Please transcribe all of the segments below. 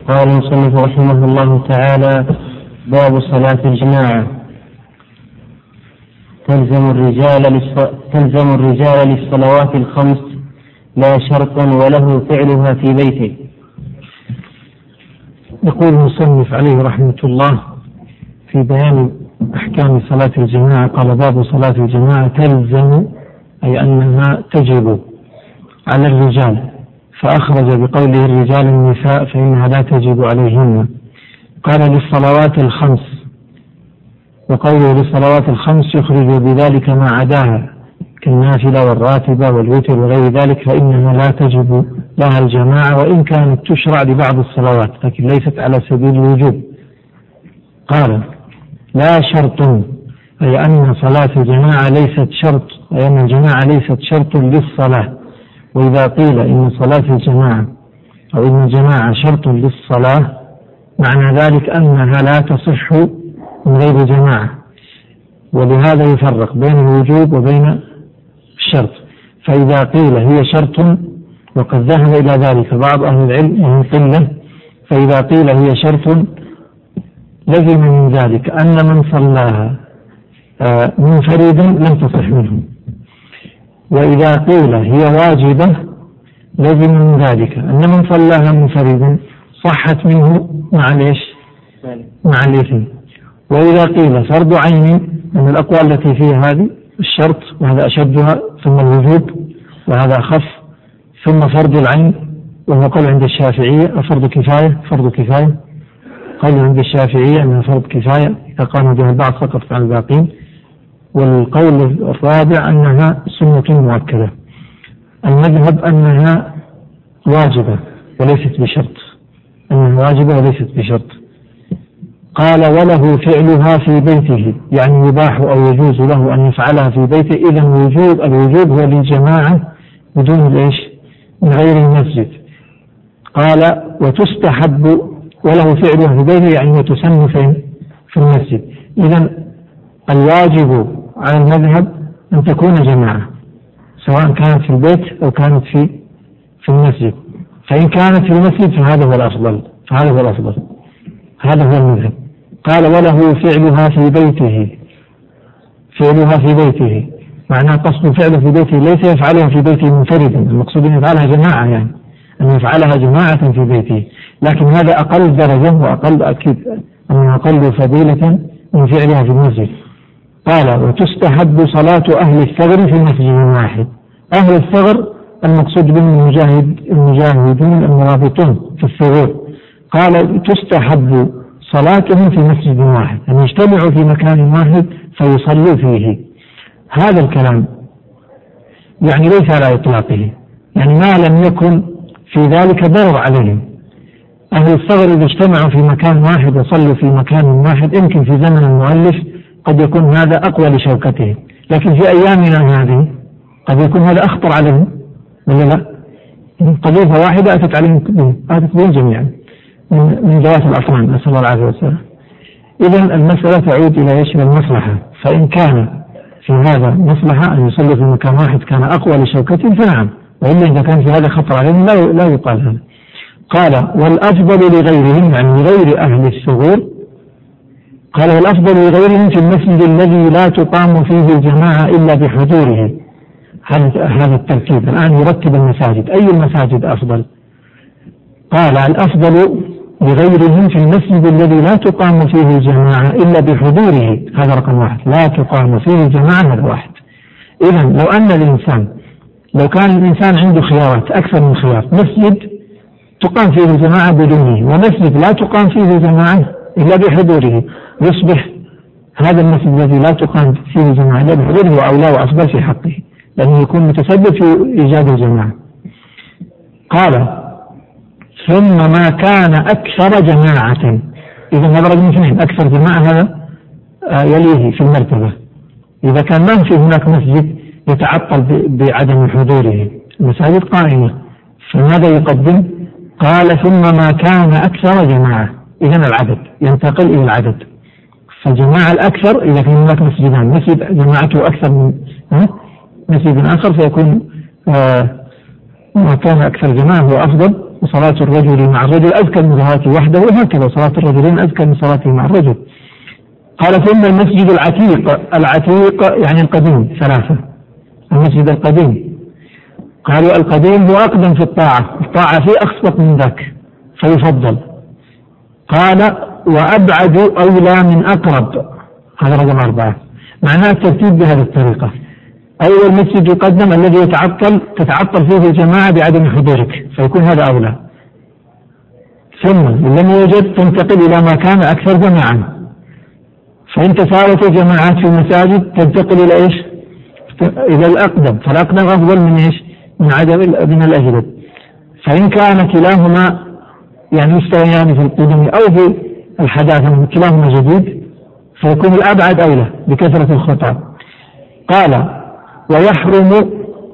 قال المصنف رحمه الله تعالى: باب صلاة الجماعة. تلزم الرجال للصلوات الخمس لا شرطا وله فعلها في بيته. يقول المصنف عليه رحمة الله في بيان أحكام صلاة الجماعة: قال باب صلاة الجماعة تلزم، أي أنها تجب على الرجال، فأخرج بقوله الرجال النساء فإنها لا تجب عليهن. قال للصلوات الخمس، وقوله للصلوات الخمس يخرج بذلك ما عداها كالنافلة والراتبة والوتر وغير ذلك، فإنها لا تجب لها الجماعة وإن كانت تشرع لبعض الصلوات لكن ليست على سبيل الوجوب. قال لا شرط، أي أن صلاة الجماعة ليست شرط، أي أن الجماعة ليست شرط للصلاة. وإذا قيل إن صلاة الجماعة أو إن الجماعة شرط للصلاة معنى ذلك أنها لا تصح من غير جماعة، ولهذا يفرق بين الوجوب وبين الشرط. فإذا قيل هي شرط، وقد ذهب إلى ذلك بعض أهل العلم وهم قلة، فإذا قيل هي شرط لزم من ذلك أن من صلاها منفردا لم تصح منه. وإذا قيل هي واجبة لزم من ذلك أن من صلاها منفردا صحت منه مع الإثم. وإذا قيل فرض عين، من الأقوال التي فيها هذه الشرط وهذا أشدها، ثم الوجوب وهذا أخف، ثم فرض العين وهو قول عند الشافعية فرض كفاية، قول عند الشافعية أنها فرض كفاية إذا قام بها البعض فقط عن الباقين، والقول الرابع أنها سنة مؤكدة. المذهب أنها واجبة وليست بشرط، قال وله فعلها في بيته، يعني يباح أو يجوز له أن يفعلها في بيته. إذن الوجوب هو للجماعة بدون من غير المسجد. قال وتستحب وله فعلها في بيته، يعني وتسن في المسجد. إذن الواجب على المذهب أن تكون جماعة، سواء كانت في البيت أو كانت في المسجد. فإن كانت في المسجد فهذا هو الأفضل، هذا هو المذهب. قال وله فعلها في بيته، معناه قصد فعله في بيته ليس يفعلها في بيته منفردا، المقصود أن يفعلها جماعة، يعني أن يفعلها جماعة في بيته، لكن هذا أقل درجة وأقل أكيد أنه أقل فضيلة من فعلها في المسجد. قال وتستحب صلاة أهل الثغر في مسجد واحد. أهل الثغر المقصود بهم المجاهدون المرابطون في الثغور. قال تستحب صلاتهم في مسجد واحد، أن يجتمعوا في مكان واحد فيصلوا فيه. هذا الكلام يعني ليس على إطلاقه، يعني ما لم يكن في ذلك ضرر عليهم. أهل الثغر إذا اجتمعوا في مكان واحد وصلوا في مكان واحد، يمكن في زمن المؤلف قد يكون هذا أقوى لشوكتهم، لكن في أيامنا هذه قد يكون هذا أخطر عليهم، ولا لا؟ قضية واحدة أتت بهم جميعا من ذوات الأطران، نسأل الله العافية والسلام. إذن المسألة تعود إلى المصلحة، فإن كان في هذا مصلحة أن يصلي في مكان واحد كان أقوى لشوكتهم فنعم، وإلا إذا كان في هذا خطر عليهم لا يقال هذا. قال والأفضل لغيرهم، يعني لغير أهل الثغور. قال والأفضل لغيرهم في المسجد الذي لا تقام فيه الجماعة إلا بحضوره. هذا الترتيب الآن يرتب المساجد، أي المساجد أفضل؟ قال الأفضل لغيرهم في المسجد الذي لا تقام فيه الجماعة إلا بحضوره، هذا رقم واحد، لا تقام فيه الجماعة، هذا واحد. إذن لو كان الإنسان عنده خيارات أكثر من خيار، مسجد تقام فيه الجماعة بدونه ومسجد لا تقام فيه الجماعة إلا بحضوره، يصبح هذا المسجد الذي لا تقام فيه الجماعة إلا بحضوره وأولى وأفضل في حقه، لأنه يكون متسبب في إيجاد الجماعة. قال ثم ما كان أكثر جماعة، إذا هذا رقم 2، أكثر جماعة هذا يليه في المرتبة. إذا كان ما في هناك مسجد يتعطل بعدم حضوره، المساجد قائمة، فماذا يقدم؟ قال ثم ما كان أكثر جماعة، إذا العدد ينتقل إلى العدد، فالجماعة الأكثر إذا كان هناك مسجدان، مسجد جماعته أكثر من مسجد آخر فيكون ما كان أكثر جماعة هو أفضل، وصلاة الرجل مع الرجل أزكى من صلاته وحده، وهكذا صلاة الرجلين أزكى من صلاته مع الرجل. قال ثم المسجد العتيق، العتيق يعني القديم 3، المسجد القديم. قالوا القديم هو أقدم في الطاعة فيه أسبق من ذاك فيفضل. قال وأبعد أولى من أقرب، هذا رقم 4. معناه الترتيب بهذه الطريقة: أول مسجد يقدم الذي تتعطل فيه الجماعة بعدم حضورك فيكون هذا أولى، ثم إن لم يوجد تنتقل إلى ما كان أكثر جماعة، فإن تساوت الجماعات في المساجد تنتقل إلى إيش؟ إلى الأقدم، فالأقدم أفضل من إيش؟ من عدم من الأجدد. فإن كان كلاهما يعني يستويان في القدم أو في الحداثة كلاهما جديد فيكون الأبعد أولى بكثرة الخطأ. قال ويحرم،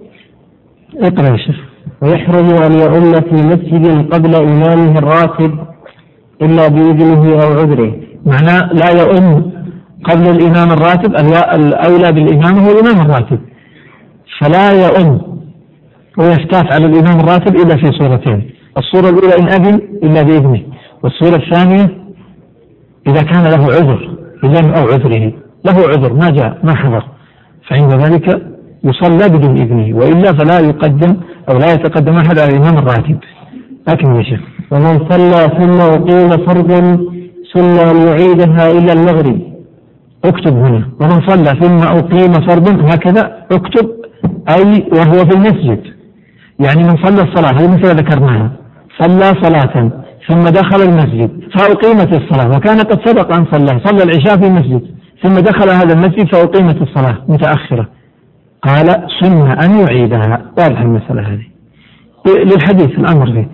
اقرأ يا شيخ. ويحرم أن يؤم في مسجد قبل إمامه الراتب إلا بإذنه أو عذره. معناه لا يؤم قبل الإمام الراتب، الأولى بالإمام هو الإمام الراتب، فلا يؤم ويفتات على الإمام الراتب إلا في صورتين: الصورة الأولى إن أذن إلا بإذنه، والصورة الثانية إذا كان له عذر إذن أو عذره، له عذر ما جاء ما حضر فعند ذلك يصلى بدون إذنه، وإلا فلا يقدم أو لا يتقدم أحد على الإمام الراتب. أكمل يا شيخ. ومن صلى ثم أقيم فرض سنة أن يعيدها إلى المغرب. اكتب هنا ومن صلى ثم أقيم فرض، هكذا اكتب أي وهو في المسجد، يعني من صلى الصلاة، هذه مثل ذكرناها، صلى صلاة ثم دخل المسجد فأقيمت الصلاة وكان قد سبق أن صلى العشاء في المسجد ثم دخل هذا المسجد فأقيمت الصلاة متأخرة، قال سنة أن يعيدها. واضح المسألة هذه للحديث الأمر فيه.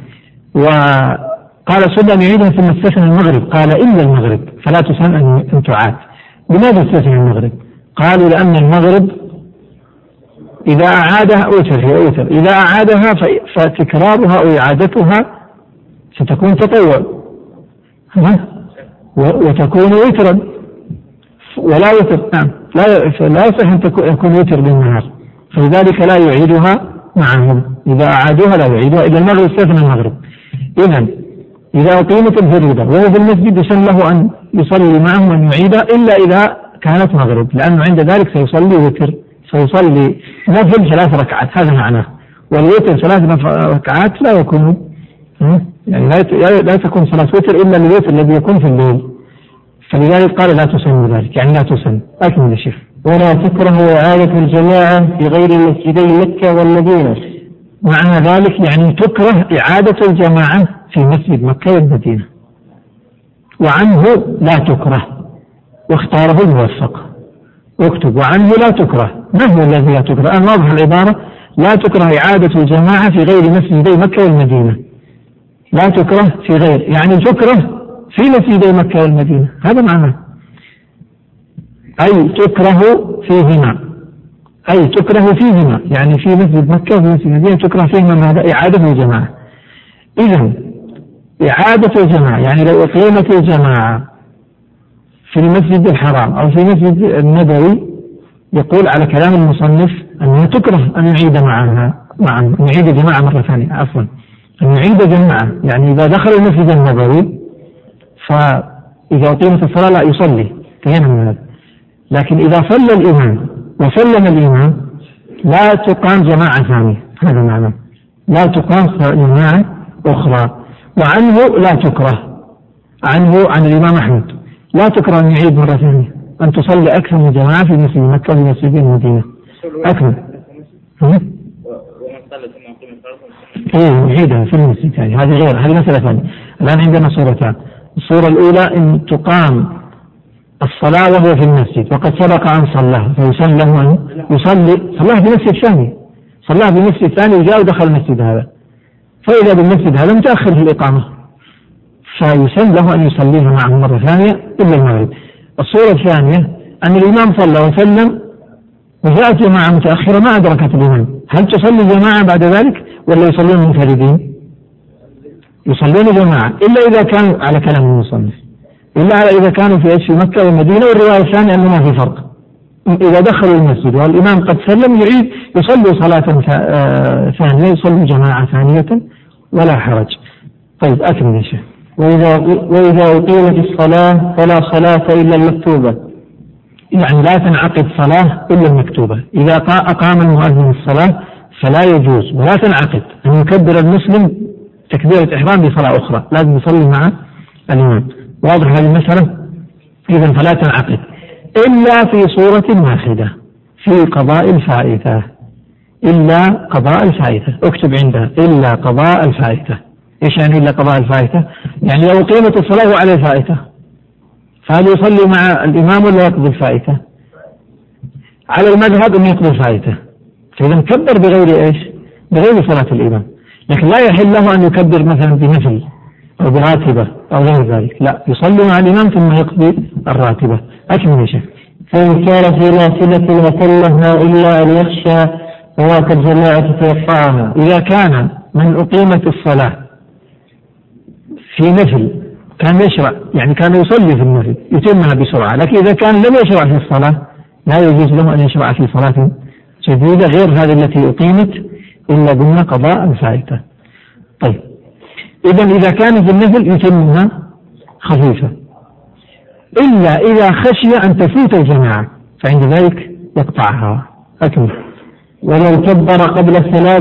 وقال سنة أن يعيدها ثم استثنى المغرب، قال إلا المغرب فلا تسن أن تعاد. لماذا استثنى المغرب؟ قالوا لأن المغرب إذا أعادها أوتر، إذا أعادها فتكرارها أو إعادتها ستكون تطوع وتكون وترا ولا وتر. نعم لا يصح أن يكون وتر بالنهار، فلذلك لا يعيدها معهم، إذا أعادوها لا يعيدها إلا المغرب، استثنى المغرب. إذن إذا أقيمت الفريضة وهو في المسجد يسن له أن يصلي معهم أن يعيدها إلا إذا كانت مغرب، لأنه عند ذلك سيصلي وتر، سيصلي نفل 3 ركعات، هذا معناه. والوتر 3 ركعات لا يكون يعني لا تكون صلاة وتر إلا الوتر الذي يكون في الليل، فلذلك قال لا تسن ذلك، يعني لا تسن. أكمل الشيخ. ولا تكره إعادة الجماعة في غير مسجدي مكة والمدينة. معنى ذلك يعني تكره إعادة الجماعة في مسجد مكة والمدينة، وعنه لا تكره، واختاره الموفق. اكتب وعنه لا تكره. ما هو الذي لا تكره؟ أنا واضح العبارة: لا تكره إعادة الجماعة في غير مسجدي مكة والمدينة. لا تكره في غير، يعني تكره في مسجدي مكة والمدينة، هذا معناه. أي تكره فيهما، أي تكره فيهما، يعني في مسجد مكة وفي مسجد المدينة تكره فيهما ماذا؟ إعادة الجماعة. إذن إعادة الجماعة يعني لو أقيمت الجماعة في المسجد الحرام أو في المسجد النبوي، يقول على كلام المصنف أنها تكره أن يعيد معها أن يعيد جماعة مرة ثانية، عفوا أن يعيد جماعة، يعني إذا دخل المسجد النبوي فإذا أقيمت الصلاة لا يصلي، تهينا من هذا. لكن إذا صلى الإمام وسلم الإمام لا تقام جماعة ثانية، هذا معنى لا تقام جماعة أخرى. وعنه لا تكره، عنه عن الإمام أحمد لا تكره أن يعيد مرة ثانية، أن تصلي أكثر من جماعة في مسجد مكة وفي مسجد المدينة. أكمل. يعيدها في المسجد الثاني، هذه غير، هذه مسألة ثانية. الآن عندنا صورتان: الصورة الأولى إن تقام الصلاة وهو في المسجد وقد سبق أن صلاه فيسن له أن يصلي، صلاه بمسجد ثاني، صلاه بمسجد ثاني وجاء ودخل المسجد هذا، فإذا بالمسجد هذا متأخر في الإقامة فيسن له أن يصليها معه مرة ثانية إلا المغرب. الصورة الثانية أن الإمام صلى وسلم وجاءت جماعة متأخرة ما أدركت الإمام، هل تصلي جماعة بعد ذلك ولا يصلون منفردين؟ يصلون جماعة، إلا إذا كانوا على كلام المصنف، إلا إذا كانوا في مكة والمدينة. والرواية الثانية أنه ما في فرق، إذا دخلوا المسجد والإمام قد سلم يعيد يصلوا صلاة ثانية، يصلوا جماعة ثانية ولا حرج. طيب أكمل يا شيخ. وإذا أقيمت الصلاة فلا صلاة إلا المكتوبة، يعني لا تنعقد صلاة إلا المكتوبة. إذا أقام المؤذن الصلاة فلا يجوز ولا تنعقد أن يكبر المسلم تكبيرة إحرام بصلاة أخرى، لازم يصلي مع الإمام. واضح هذه المسألة؟ إذا فلا تنعقد إلا في صورة واحدة، في قضاء الفائتة. إلا قضاء الفائتة، اكتب عندها إلا قضاء الفائتة. إيش يعني إلا قضاء الفائتة؟ يعني لو قيمت الصلاة على الفائتة فهل يصلي مع الإمام ولا يقضي الفائتة؟ على المذهب أن يقضي الفائتة، فإذا كبر بغير إيش؟ بغير صلاة الإمام. لكن لا يحل له أن يكبر مثلا بنفل أو براتبة أو غير ذلك، لا، يصلي مع الإمام ثم يقضي الراتبة. أكمل يا شيخ. فإن كان في نافلة وتمها إلا أن يخشى فوات الجماعة فيقطعها. إذا كان من أقيمت الصلاة في نفل كان يشرع، يعني كان يصلي في النفل يتمها بسرعة، لكن إذا كان لم يشرع في الصلاة لا يجوز له أن يشرع في صلاة جديدة غير هذه التي أقيمت إلا ضمن قضاء الفائتة. طيب إذا كان في النفل يتمها خفيفة، إلا إذا خشي أن تفوت الجماعة فعند ذلك يقطعها. أكمل. ومن كبر قبل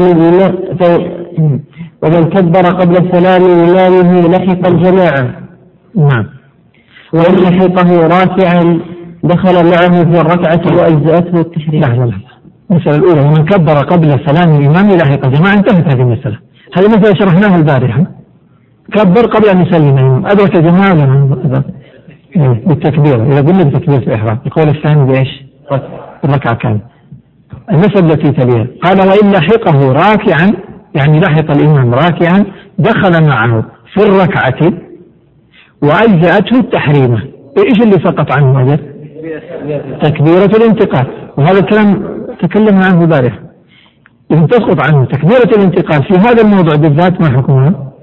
السلام إمامه لحق الجماعة. نعم. وإن لحقه راكعا دخل معه في الركعة وأجزأته التحريم. لا. المسألة الأولى ومن كبر قبل سلام الإمام لحق الجماعة، انتهت هذه المسألة. هذه مسألة شرحناها البارحة. كبر قبل أن يسلم الإمام، أدرك جماعة بالتكبير. إذا قلنا بتكبير الإحرام القول الثاني بإيش؟ الركعة كاملة. المسألة التي تليها قال وإن لحقه راكعا، يعني لحق الإمام راكعا دخل معه في الركعة وأجزأته التحريمة. إيش اللي سقط عنه هذا؟ تكبيرة الانتقال، وهذا الكلام تكلمنا عنه البارحة. إذا تسقط عنه تكبيرة الانتقال في هذا الموضوع بالذات ما حكمها؟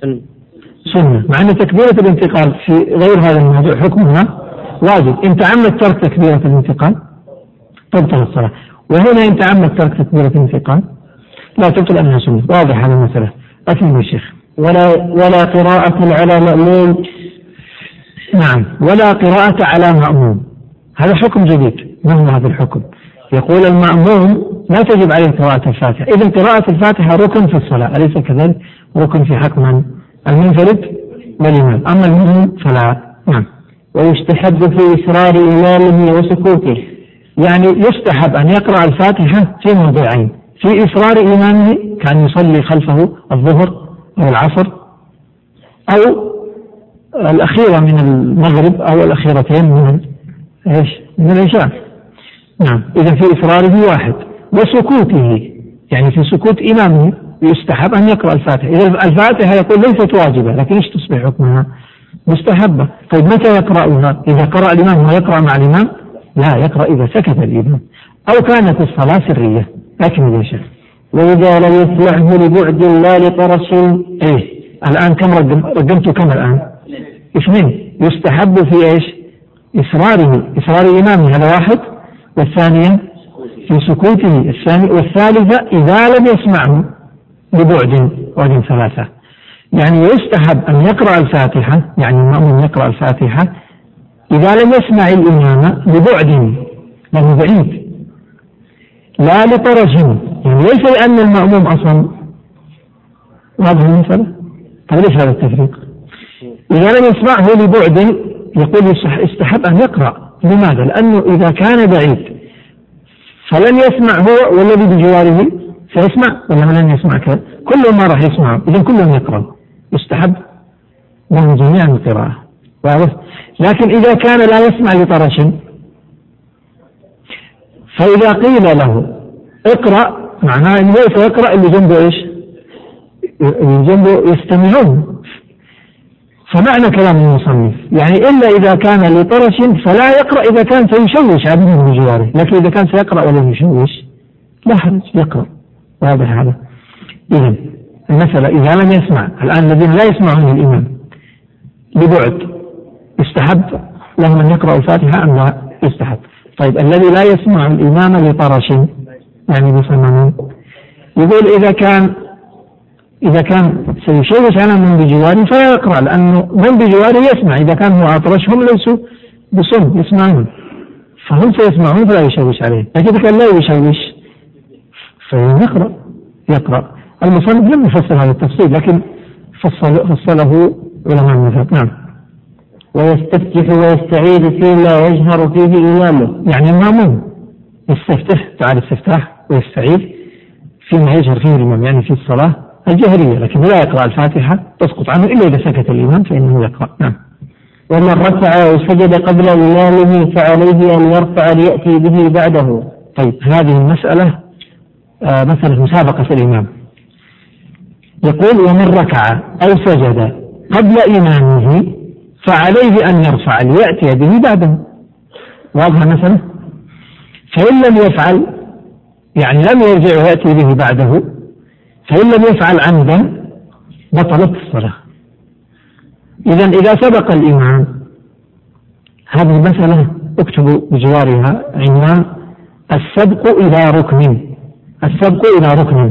سنة، مع أن تكبيرة الانتقال في غير هذا الموضوع حكمها واجب. إن تعمد ترك تكبيرة الانتقال تبطل الصلاة، وهنا إن تعمد ترك تكبيرة الانتقال لا تبطل أنها سنة. واضح هذا المسألة. أكمل الشيخ. ولا قراءة على مأموم. نعم، ولا قراءة على مأموم، هذا حكم جديد. ما هو هذا الحكم؟ يقول المأموم لا تجب عليه قراءة الفاتحة. إذن قراءة الفاتحة ركن في الصلاة، أليس كذلك؟ ركن في حق من؟ المنفرد والإمام، أما المأموم فلا. نعم. ويستحب في إسرار إمامه وسكوته، يعني يستحب أن يقرأ الفاتحة في موضعين: في إسرار إمامه كان يصلي خلفه الظهر أو العصر أو الأخيرة من المغرب أو الأخيرتين من العشاء. نعم. إذا في إسراره واحد. وسكوته يعني في سكوت إمامه يستحب أن يقرأ الفاتحة. إذا الفاتحة يقول ليست واجبة، لكن إيش تصبح حكمها؟ مستحبة. طيب متى يقرأها؟ إذا قرأ الإمام ويقرأ مع الإمام؟ لا، يقرأ إذا سكت الإمام أو كانت الصلاة سرية. أكمل يا شيخ. وإذا لم يسمعه لبعد لا لطرش. الآن كم رقمت كم الآن؟ 2. يستحب في إيش؟ إسرار إمامه، هذا واحد. والثانية في سكوته الثاني. والثالثة إذا لم يسمعه لبعد 3. يعني يستحب أن يقرأ الفاتحة، يعني المأموم يقرأ الفاتحة إذا لم يسمع الإمام لبعد، لأنه بعيد، لا لطرش، يعني ليس لأن المأموم أصلا. واضح المسألة؟ طيب ليش هذا التفريق؟ إذا لم يسمعه لبعد يقول يستحب أن يقرأ. لماذا؟ لأنه إذا كان بعيد فلن يسمع هو والذي بجواره سيسمع ولا لن يسمع؟ كلهم ما راح يسمعوا، إذن كلهم يقرأ. يستحب لهم جميعا القراءة. لكن إذا كان لا يسمع لطرش فإذا قيل له اقرأ معناه أنه ليس يقرأ اللي جنبه إيش؟ اللي جنبه يستمعون. فمعنى كلام المصنف يعني إلا إذا كان لطرش فلا يقرأ إذا كان سيشوش عبده من جواره، لكن إذا كان سيقرأ ولا يشوش لا حرج يقرأ. واضح هذا؟ إذن المسألة إذا لم يسمع، الآن الذين لا يسمعون الإمام لبعد يستحب لهم أن يقرأوا الفاتحة أم لا يستحب؟ طيب الذي لا يسمع الإمام لطرش يعني بصمم، يقول إذا كان سيشوش على من بجواره فيقرأ، لأنه من بجواره يسمع، إذا كان هو أطرش هم ليسوا بصم يسمعون، فهم سيسمعون فلا يشوش عليه، لكن إذا كان لا يشوش يقرأ. المصنف لم يفصل هذا التفصيل، لكن فصله علماء المذهب. نعم. ويستفتح ويستعيذ فيما يجهر فيه إمامه، يعني المأموم يستفتح، تعالى استفتاح ويستعيذ فيما يجهر فيه الإمام، يعني في الصلاة الجهرية، لكن لا يقرأ الفاتحة تسقط عنه إلا إذا سكت الإمام فإنه يقرأ. نعم. ومن ركع أو سجد قبل إمامه فعليه أن يرفع ليأتي به بعده. طيب، هذه المسألة مسألة مسابقة الإمام. يقول ومن ركع أو سجد قبل إمامه فعليه أن يرفع ليأتي به بعده. واضح المسألة؟ فإن لم يفعل، يعني لم يرجع ويأتي به بعده، فإن لم يفعل عمدا بطلت الصلاة. إذا سبق الإمام، هذه المسألة اكتبوا بجوارها عنوان السبق إلى ركن. السبق إلى ركن.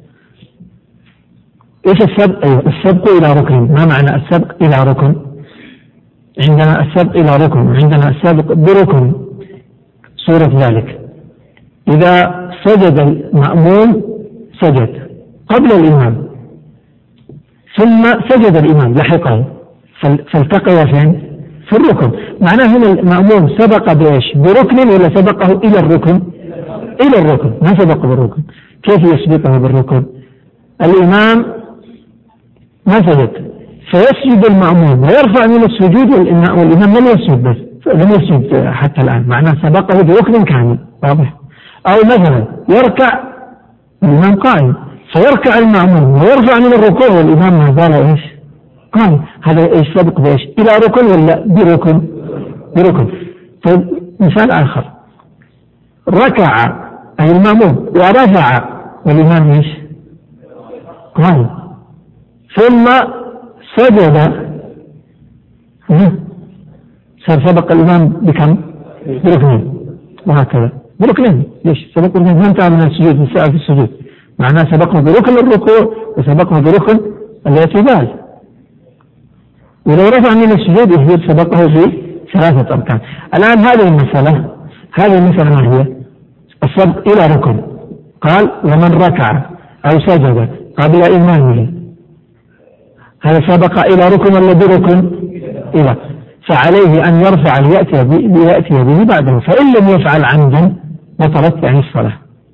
إيش السبق؟ السبق إلى ركن. ما معنى السبق إلى ركن؟ عندنا السبق إلى ركن، عندنا السبق بركن. صورة ذلك إذا سجد المأموم، سجد قبل الإمام ثم سجد الإمام لحقه فالتقي فين؟ في الركن. معناه هنا المأموم سبق بإيش؟ بركن ولا سبقه إلى الركن؟ إلى الركن، ما سبق بالركن. كيف يسبقه بالركن؟ الإمام ما سجد فيسجد المأموم ويرفع من السجود والإمام لم يسجد، بس لم يسجد حتى الآن، معناه سبقه بركن كامل. واضح؟ أو مثلا يركع الإمام قائم فيركع المأموم ويرفع من الركوع والإمام ما زال إيش؟ قائم. هذا إيش؟ سبق بإيش؟ إلى ركن ولا بركن؟ بركن. طيب مثال آخر، ركع أي المأموم ورفع والإمام إيش؟ قائم، ثم سجد، صار سبق الإمام بكم؟ بركنين، وهكذا بركنين. ليش سبق بركنين؟ ما انتهى من السجود، من ساعة في السجود، معناه سبقه بركن الركوع وسبقه بركن الاعتدال. ولو رفع من السجود يصير سبقه في 3 أركان. الآن هذه المسألة ما هي؟ السبق إلى ركن. قال ومن ركع أو سجد قبل إمامه، هذا سبق إلى ركن ولا بركن؟ إلى، فعليه أن يرفع ليأتي به بعده، فإن لم يفعل عمدا بطلت يعني الصلاة.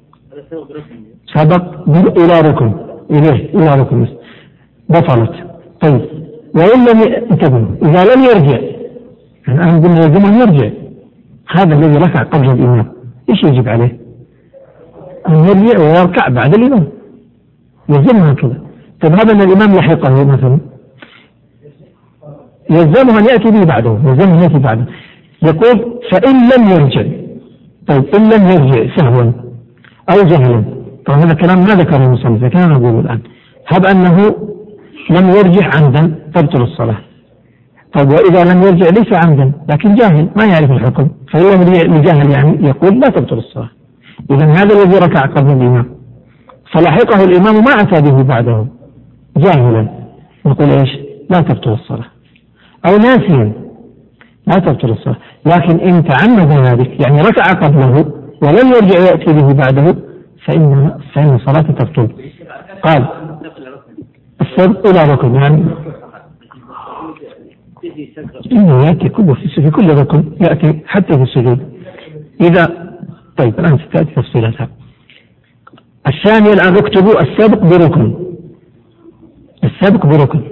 سبق إلى ركن، إلى ركن بطلت. طيب وإن لم انتبهوا، إذا لم يرجع، الآن قلنا يجب أن يرجع، هذا الذي ركع قبل الإمام إيش يجب عليه؟ أن يرجع ويركع بعد الإمام، يلزمها كذا. طيب هذا أن الإمام لحقه مثلا، يلزمه أن يأتي به بعده، يلزمه أن يأتي بعده. يقول فإن لم يرجع. طيب إن لم يرجع سهوا أو جهلا، طبعا هذا كلام ما ذكره المصنف، كان نقول الآن هب أنه لم يرجع عمدا تبطل الصلاة. طيب وإذا لم يرجع ليس عمدا لكن جاهل ما يعرف الحكم، فإن لم يرجع لجاهل يعني يقول لا تبطل الصلاة. إذا هذا الذي ركع قبل الإمام فلحقه الإمام ما أتى به بعده جاهلا، نقول إيش؟ لا تبطل الصلاة. أو ناسيا لا تبطل الصلاة، لكن إن تعمد ذلك يعني ركع قبله ولم يرجع يأتي به بعده فإن الصلاة تبطل. قال السبق إلى ركن، يعني إنه يأتي كله في كل ركن، يأتي حتى في السجود. إذا طيب الآن ستأتي تفصيلاتها. الثانية الآن اكتبوا السبق بركن. السبق بركن.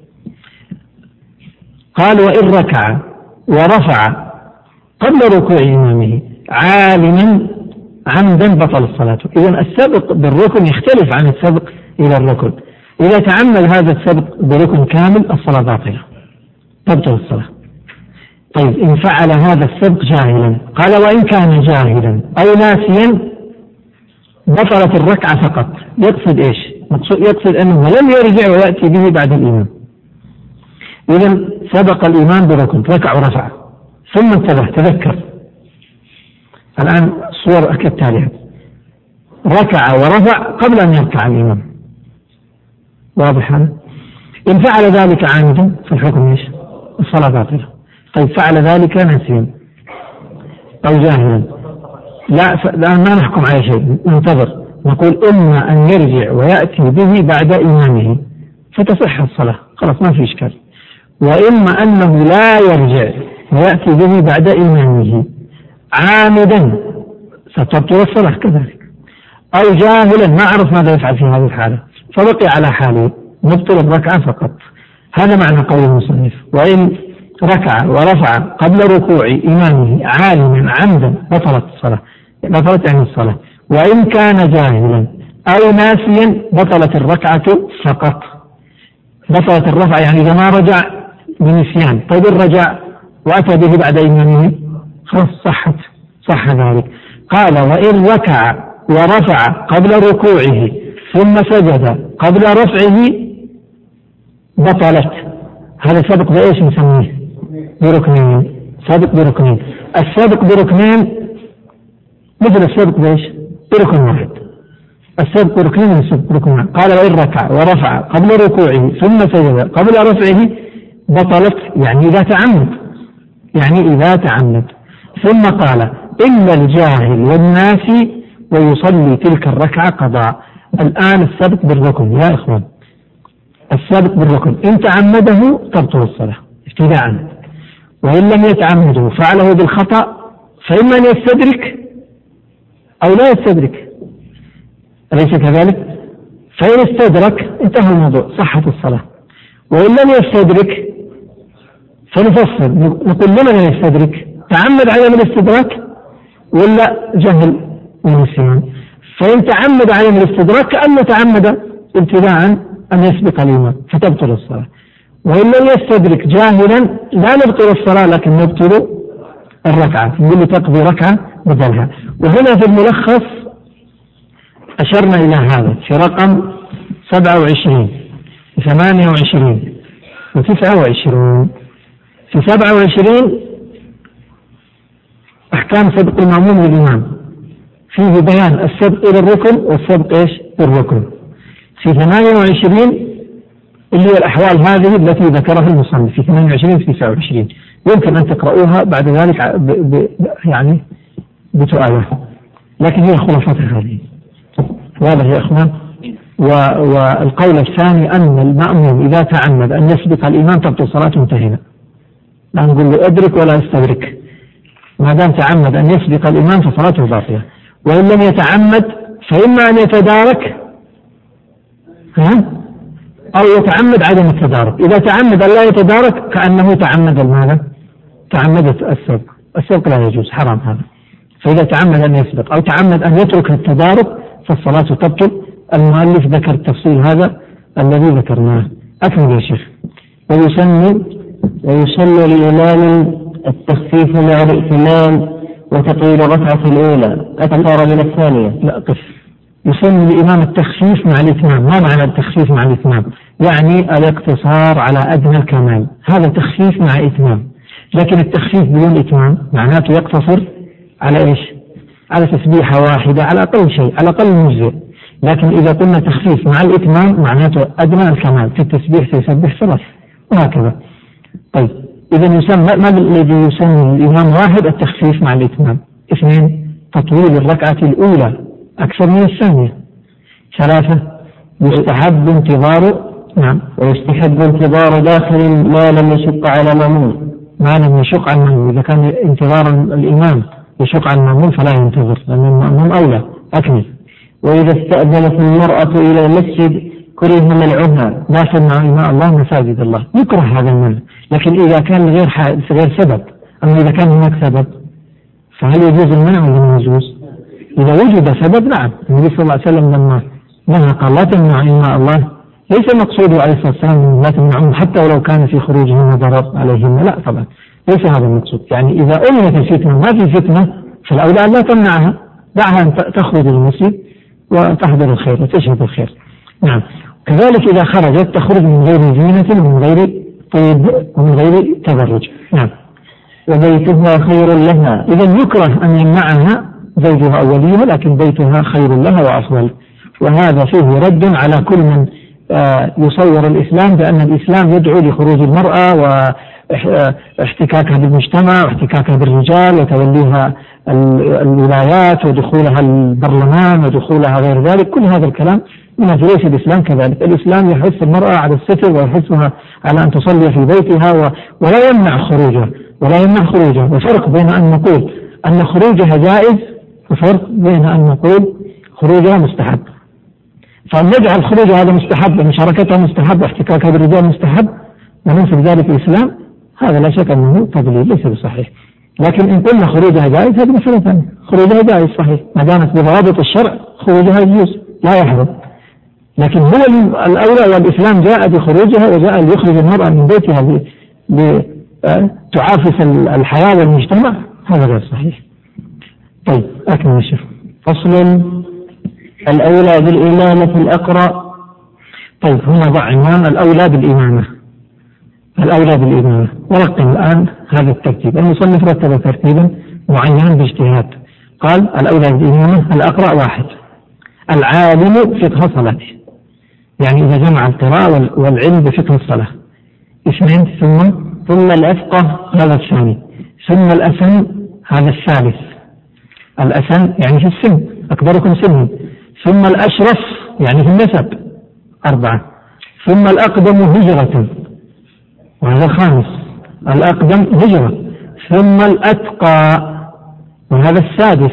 قال وإن ركع ورفع قبل ركوع إمامه عالما عمدا بطل الصلاة. إذن السبق بالركن يختلف عن السبق إلى الركن. إذا تعمل هذا السبق بركن كامل الصلاة باطلة تبطل الصلاة. طيب إن فعل هذا السبق جاهلا، قال وإن كان جاهلا أو ناسيا بطلت الركعة فقط. يقصد إيش؟ يقصد أنه لم يرجع ويأتي به بعد الإمام. إذن سبق الإمام بركن ركع ورفع ثم انتبه تذكر. الآن صور كالتالي: ركع ورفع قبل أن يركع الإمام. واضح هذا؟ إن فعل ذلك عامدا فالحكم إيش؟ الصلاة باطلة. طيب فعل ذلك ناسيا أو جاهلا، لا ما نحكم على شيء، ننتظر، نقول إما أن يرجع ويأتي به بعد إمامه فتصح الصلاة، خلاص ما في إشكال، وإما أنه لا يرجع ويأتي به بعد إمامه عامدا ستبطل الصلاة كذلك، أو جاهلا ما عرف ماذا يفعل في هذه الحالة فبقي على حاله نبطل الركعة فقط. هذا معنى قول المصنف: وإن ركع ورفع قبل ركوع إمامه عالما عمدا بطلت الصلاة، بطلت يعني الصلاة. وإن كان جاهلا أو ناسيا بطلت الركعة فقط، بطلت الرفع يعني إذا ما رجع بنسيان. طيب الرجع وأتى به بعد إمامه خلاص صح ذلك. قال: وإن ركع ورفع قبل ركوعه ثم سجد قبل رفعه بطلت. هذا سبق بإيش نسميه؟ بركنين، سابق بركنين. السابق بركنين مثل السابق بإيش؟ بركن واحد. السابق بركنين من السابق بركن واحد. قال: وإن ركع ورفع قبل ركوعه ثم سجد قبل رفعه بطلت يعني إذا تعمد. ثم قال: إلا الجاهل والناسي ويصلي تلك الركعة قضاء. الآن السابق بالركن يا إخوان، السابق بالركن إن تعمده تبطل الصلاة ابتداء، وإن لم يتعمده فعله بالخطأ فإما أن يستدرك أو لا يستدرك، أليس كذلك؟ فإن استدرك انتهى الموضوع، صحت الصلاة. وإن لم يستدرك فنفصل، نقول لمن يستدرك؟ تعمد عدم الاستدراك ولا جهل ونسيان؟ فإن تعمد عدم الاستدراك كأنه تعمد ابتداء أن يسبق الإمام فتبطل الصلاة. وإن لم يستدرك جاهلا لا نبطل الصلاة لكن نبطل الركعة، نقول له تقضي ركعة بدلها. وهنا في الملخص أشرنا إلى هذا في رقم 27 و28 و29. في 27 أحكام سبق المأموم للإمام، فيه بيان السبق إلى الركن والسبق إيش بالركن. في 28 اللي هي الأحوال هذه التي ذكرها المصنف في 28 في 29 يمكن أن تقرؤوها بعد ذلك يعني بسؤالها، لكن هي خلاصتها هذه. واضح يا إخوان؟ والقول الثاني أن المأموم إذا تعمد أن يسبق الإمام تبطل صلاته، انتهينا، لا نقول له أدرك ولا استدرك، ما دام تعمد أن يسبق الإمام فصلاته باطلة. وإن لم يتعمد فإما أن يتدارك أو يتعمد عدم التدارك. إذا تعمد أن لا يتدارك كأنه تعمد ماذا؟ تعمد السبق لا يجوز، حرام هذا. فإذا تعمد أن يسبق أو تعمد أن يترك التدارك فالصلاة تبطل. المؤلف ذكر التفصيل هذا الذي ذكرناه. أكمل يا شيخ. ويسن لإمام التخفيف مع الائتمام وتطويل الركعة الأولى أكثر من الثانية. لا قف. يسن لإمام التخفيف مع الإتمام. ما معنى التخفيف مع الإتمام؟ يعني الاقتصار على أدنى الكمال، هذا تخفيف مع إتمام. لكن التخفيف بدون إتمام معناته يقتصر على إيش؟ على تسبيحة واحدة على أقل شيء، على أقل مجزء. لكن إذا قلنا تخفيف مع الإتمام معناته أدنى الكمال، في التسبيح سيسبح 3 وهكذا. طيب إذا يسمى ما الذي يسمى الإمام؟ واحد التخفيف مع الإتمام، 2 تطويل الركعة الأولى أكثر من الثانية، 3 يستحب انتظار ويستحب انتظار داخل ما لم يشق على مأموم. ما لم يشق على المأموم، إذا كان انتظار الإمام يشق على المأموم فلا ينتظر لأن المأموم أولى. أكمل. وإذا استأذنت المرأة إلى المسجد كره منعها. لا تمنع إماء الله مساجد الله، يكره هذا المنع، لكن إذا كان غير سبب. أما إذا كان هناك سبب فهل يجوز المنع ولا ما يجوز؟ إذا وجد سبب نعم. النبي صلى الله عليه وسلم لما نهى قال لا تمنع إماء الله، ليس مقصوده عليه الصلاة والسلام لا تمنعهم حتى ولو كان في خروجهم ضرر عليهم، لا طبعا ليس هذا المقصود. يعني إذا أمنت الفتنة ما في فتنة فالأولى لا تمنعها، دعها أن تخرج المسجد وتحضر الخير وتشهد الخير. نعم. كذلك إذا خرجت تخرج من غير زينة ومن غير طيب ومن غير تبرج. نعم. وبيتها خير لها. إذا يكره أن يمنعها زوجها أو وليها، لكن بيتها خير لها وأفضل. وهذا فيه رد على كل من يصور الإسلام بأن الإسلام يدعو لخروج المرأة واحتكاكها بالمجتمع واحتكاكها بالرجال وتوليها الولايات ودخولها البرلمان ودخولها غير ذلك. كل هذا الكلام من ليس الإسلام كذلك. الإسلام يحث المرأة على الستر ويحثها على أن تصلي في بيتها ولا يمنع خروجها وفرق بين أن نقول أن خروجها جائز وفرق بين أن نقول خروجها مستحب. فأن نجعل خروجها هذا مستحب ومشاركتها مستحب واحتكاكها بالرجال مستحب وننسب ذلك الإسلام، هذا لا شك أنه تضليل ليس بصحيح. لكن إن قلنا خروجها جائز هذه مسألة ثانية. خروجها جائز صحيح ما دامت بضوابط الشرع، خروجها يجوز لا يحرم. لكن هو الأولى والإسلام جاء بخروجها وجاء ليخرج المرأة من بيتها لتعافس الحياة والمجتمع، هذا غير صحيح. طيب أكمل الشيخ. فصل: الأولى بالإمامة الأقرأ. طيب هنا ضع عنوان الأولى بالإمامة. ورقم الآن هذا الترتيب. المصنف رتب ترتيبا معينا باجتهاد. قال الأولى بالإمامة الأقرأ 1 العالم فقه صلاته، يعني إذا جمع القراءة والعلم بفقه الصلاة. 2 ثم الأفقه هذا الثاني. ثم الأسن هذا الثالث. الأسن يعني في السن أكبركم سنا. ثم الأشرف يعني في النسب 4. ثم الأقدم هجرة وهذا 5 الأقدم هجرة. ثم الأتقى وهذا 6.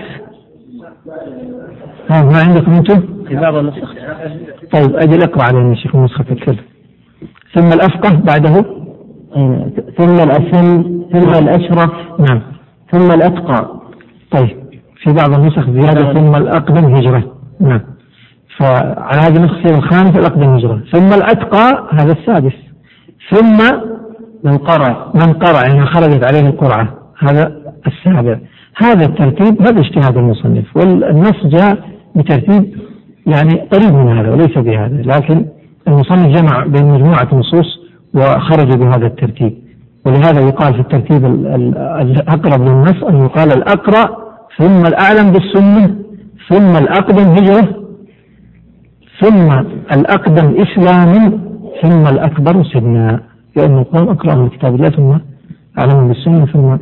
ما عندكم أنتم؟ طيب أجل أقرأ علينا الشيخ النسخة الكل. ثم الأفقه بعده ثم الأسن ثم الأشرف نعم ثم الأتقى. طيب في بعض النسخ زيادة ثم الأقدم هجرة نعم. فعلى هذه النسخة 5 الأقدم هجرة. ثم الأتقى هذا 6. ثم من قرأ يعني خرجت عليه القرعة هذا 7. هذا الترتيب هذا اجتهاد المصنف، والنص جاء بترتيب يعني قريب من هذا وليس بهذا، لكن المصنف جمع بين مجموعة نصوص وخرج بهذا الترتيب. ولهذا يقال في الترتيب الأقرب للنص أن يقال الأقرأ ثم الأعلم بالسنة ثم الأقدم هجرة ثم الأقدم إسلاما ثم الأكبر سنا. لأن القرآن أقرأ من كتاب الله ثم أعلم بالسنة ثم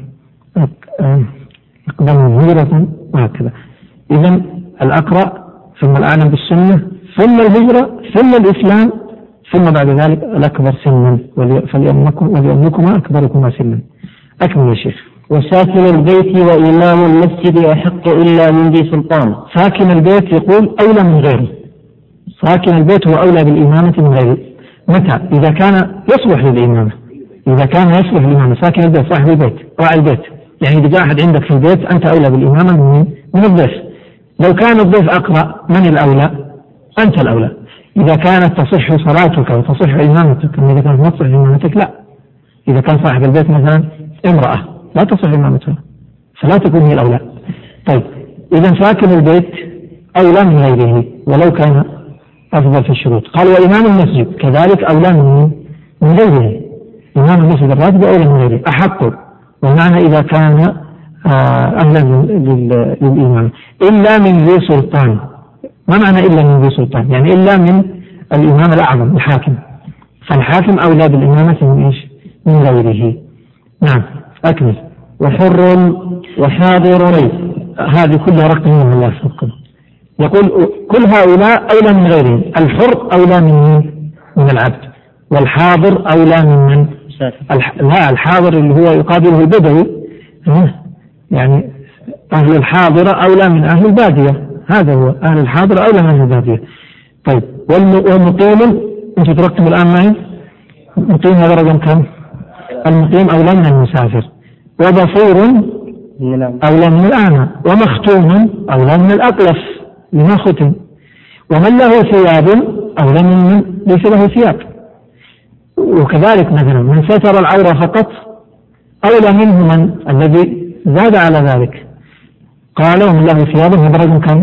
أقدم هجرة وهكذا. إذن الأقرأ ثم الأعلم بالسنة ثم الهجرة ثم الإسلام ثم بعد ذلك الأكبر سنا وليؤمكما أكبركما سنا. أكمل يا شيخ. وساكن البيت وإمام المسجد أحق إلا من ذي سلطان. ساكن البيت يقول أولى من غيره. ساكن البيت هو أولى بالإمامة من غيره. متى؟ إذا كان يصلح للإمامة. ساكن البيت صاحب البيت راعي البيت، يعني إذا جاء أحد عندك في البيت أنت أولى بالإمامة من الضيف. لو كان الضيف أقرأ من الأولى؟ أنت الأولى. إذا كانت تصح صلاتك وتصح إمامتك، إذا كانت ما تصح إمامتك لا. إذا كان صاحب البيت مثلا امرأة لا تصح إمامتها فلا تكون هي الأولى. طيب إذا ساكن البيت أولى من غيره ولو كان أفضل في الشروط. قال وإمام المسجد كذلك أولى من غيره. إمام المسجد الراتب أولى من غيره أحق، ومعنى إذا كان أهلا للإمام إلا من ذي سلطان. ما معنى إلا من ذي سلطان؟ يعني إلا من الإمام الأعظم الحاكم، فالحاكم أولى بالإمامة من غيره. نعم أكمل. وحر وحاضر. هذه كلها رقم الله سبحانه. يقول كل هؤلاء أولى من غيرهم. الحر أولى من العبد، والحاضر أولى من لا الحاضر اللي هو يقابله البدوي، يعني أهل الحاضرة أولى من أهل البادية، هذا هو أهل الحاضرة أولى من أهل البادية. طيب والمقيم أنت تركتم الآن معي مقيم هذا رقم كم؟ المقيم أولى من المسافر، وبصير أولى من الأعمى، ومختوم أولى من الأقلف لما ختم، ومن له ثياب أولى من ليس له ثياب. وكذلك مثلا من ستر العورة فقط أولى منه من الذي زاد على ذلك. قال ومن له ثياب هذا كم؟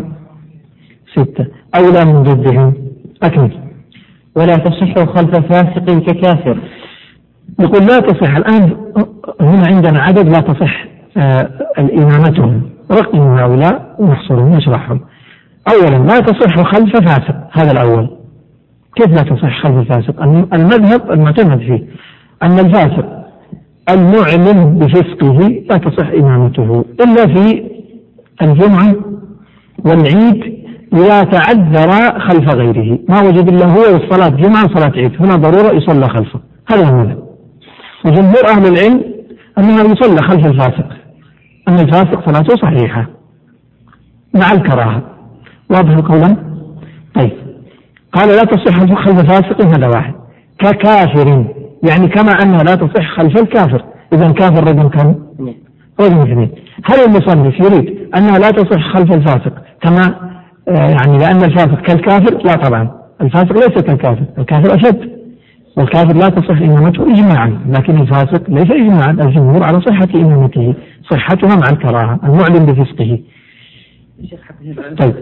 6 أولى من ضدهم. أكمل. ولا تصح خلف فاسق ككافر. يقول لا تصح الآن هنا عندنا عدد لا تصح الإمامتهم، رقم هؤلاء ونحصرهم ونشرحهم. أولا لا تصح خلف فاسق، هذا الأول. كيف لا تصح خلف الفاسق؟ المذهب المعتمد فيه أن الفاسق المعلن بفسقه لا تصح إمامته إلا في الجمعة والعيد إذا تعذر خلف غيره، ما وجد إلا هو والصلاة جمعة وصلاة عيد، هنا ضرورة يصلى خلفه، هذا المذهب. وجمهور أهل العلم أنه يصلى خلف الفاسق، أن الفاسق صلاته صحيحة مع الكراهة. واضح القول؟ طيب، قال لا تصح خلف فاسق، هذا واحد. ككافر، يعني كما أنها لا تصح خلف الكافر، إذا كافر رقم كم؟ رقم 2. هل المصنف يريد أنها لا تصح خلف الفاسق كما يعني لأن الفاسق كالكافر؟ لا طبعا، الفاسق ليس كالكافر، الكافر أشد، والكافر لا تصح إمامته إجماعا، لكن الفاسق ليس إجماعا، الجمهور على صحة إمامته، صحتها مع الكراهة، المعلن بفسقه. طيب،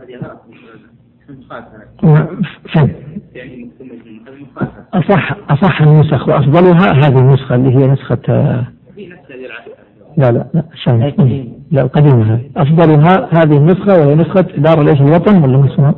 فهم أصح النسخ وأفضلها هذه النسخة اللي هي نسخة لا القديمة، أفضلها هذه النسخة وهي نسخة دار الإيش الوطن ولا اسمها؟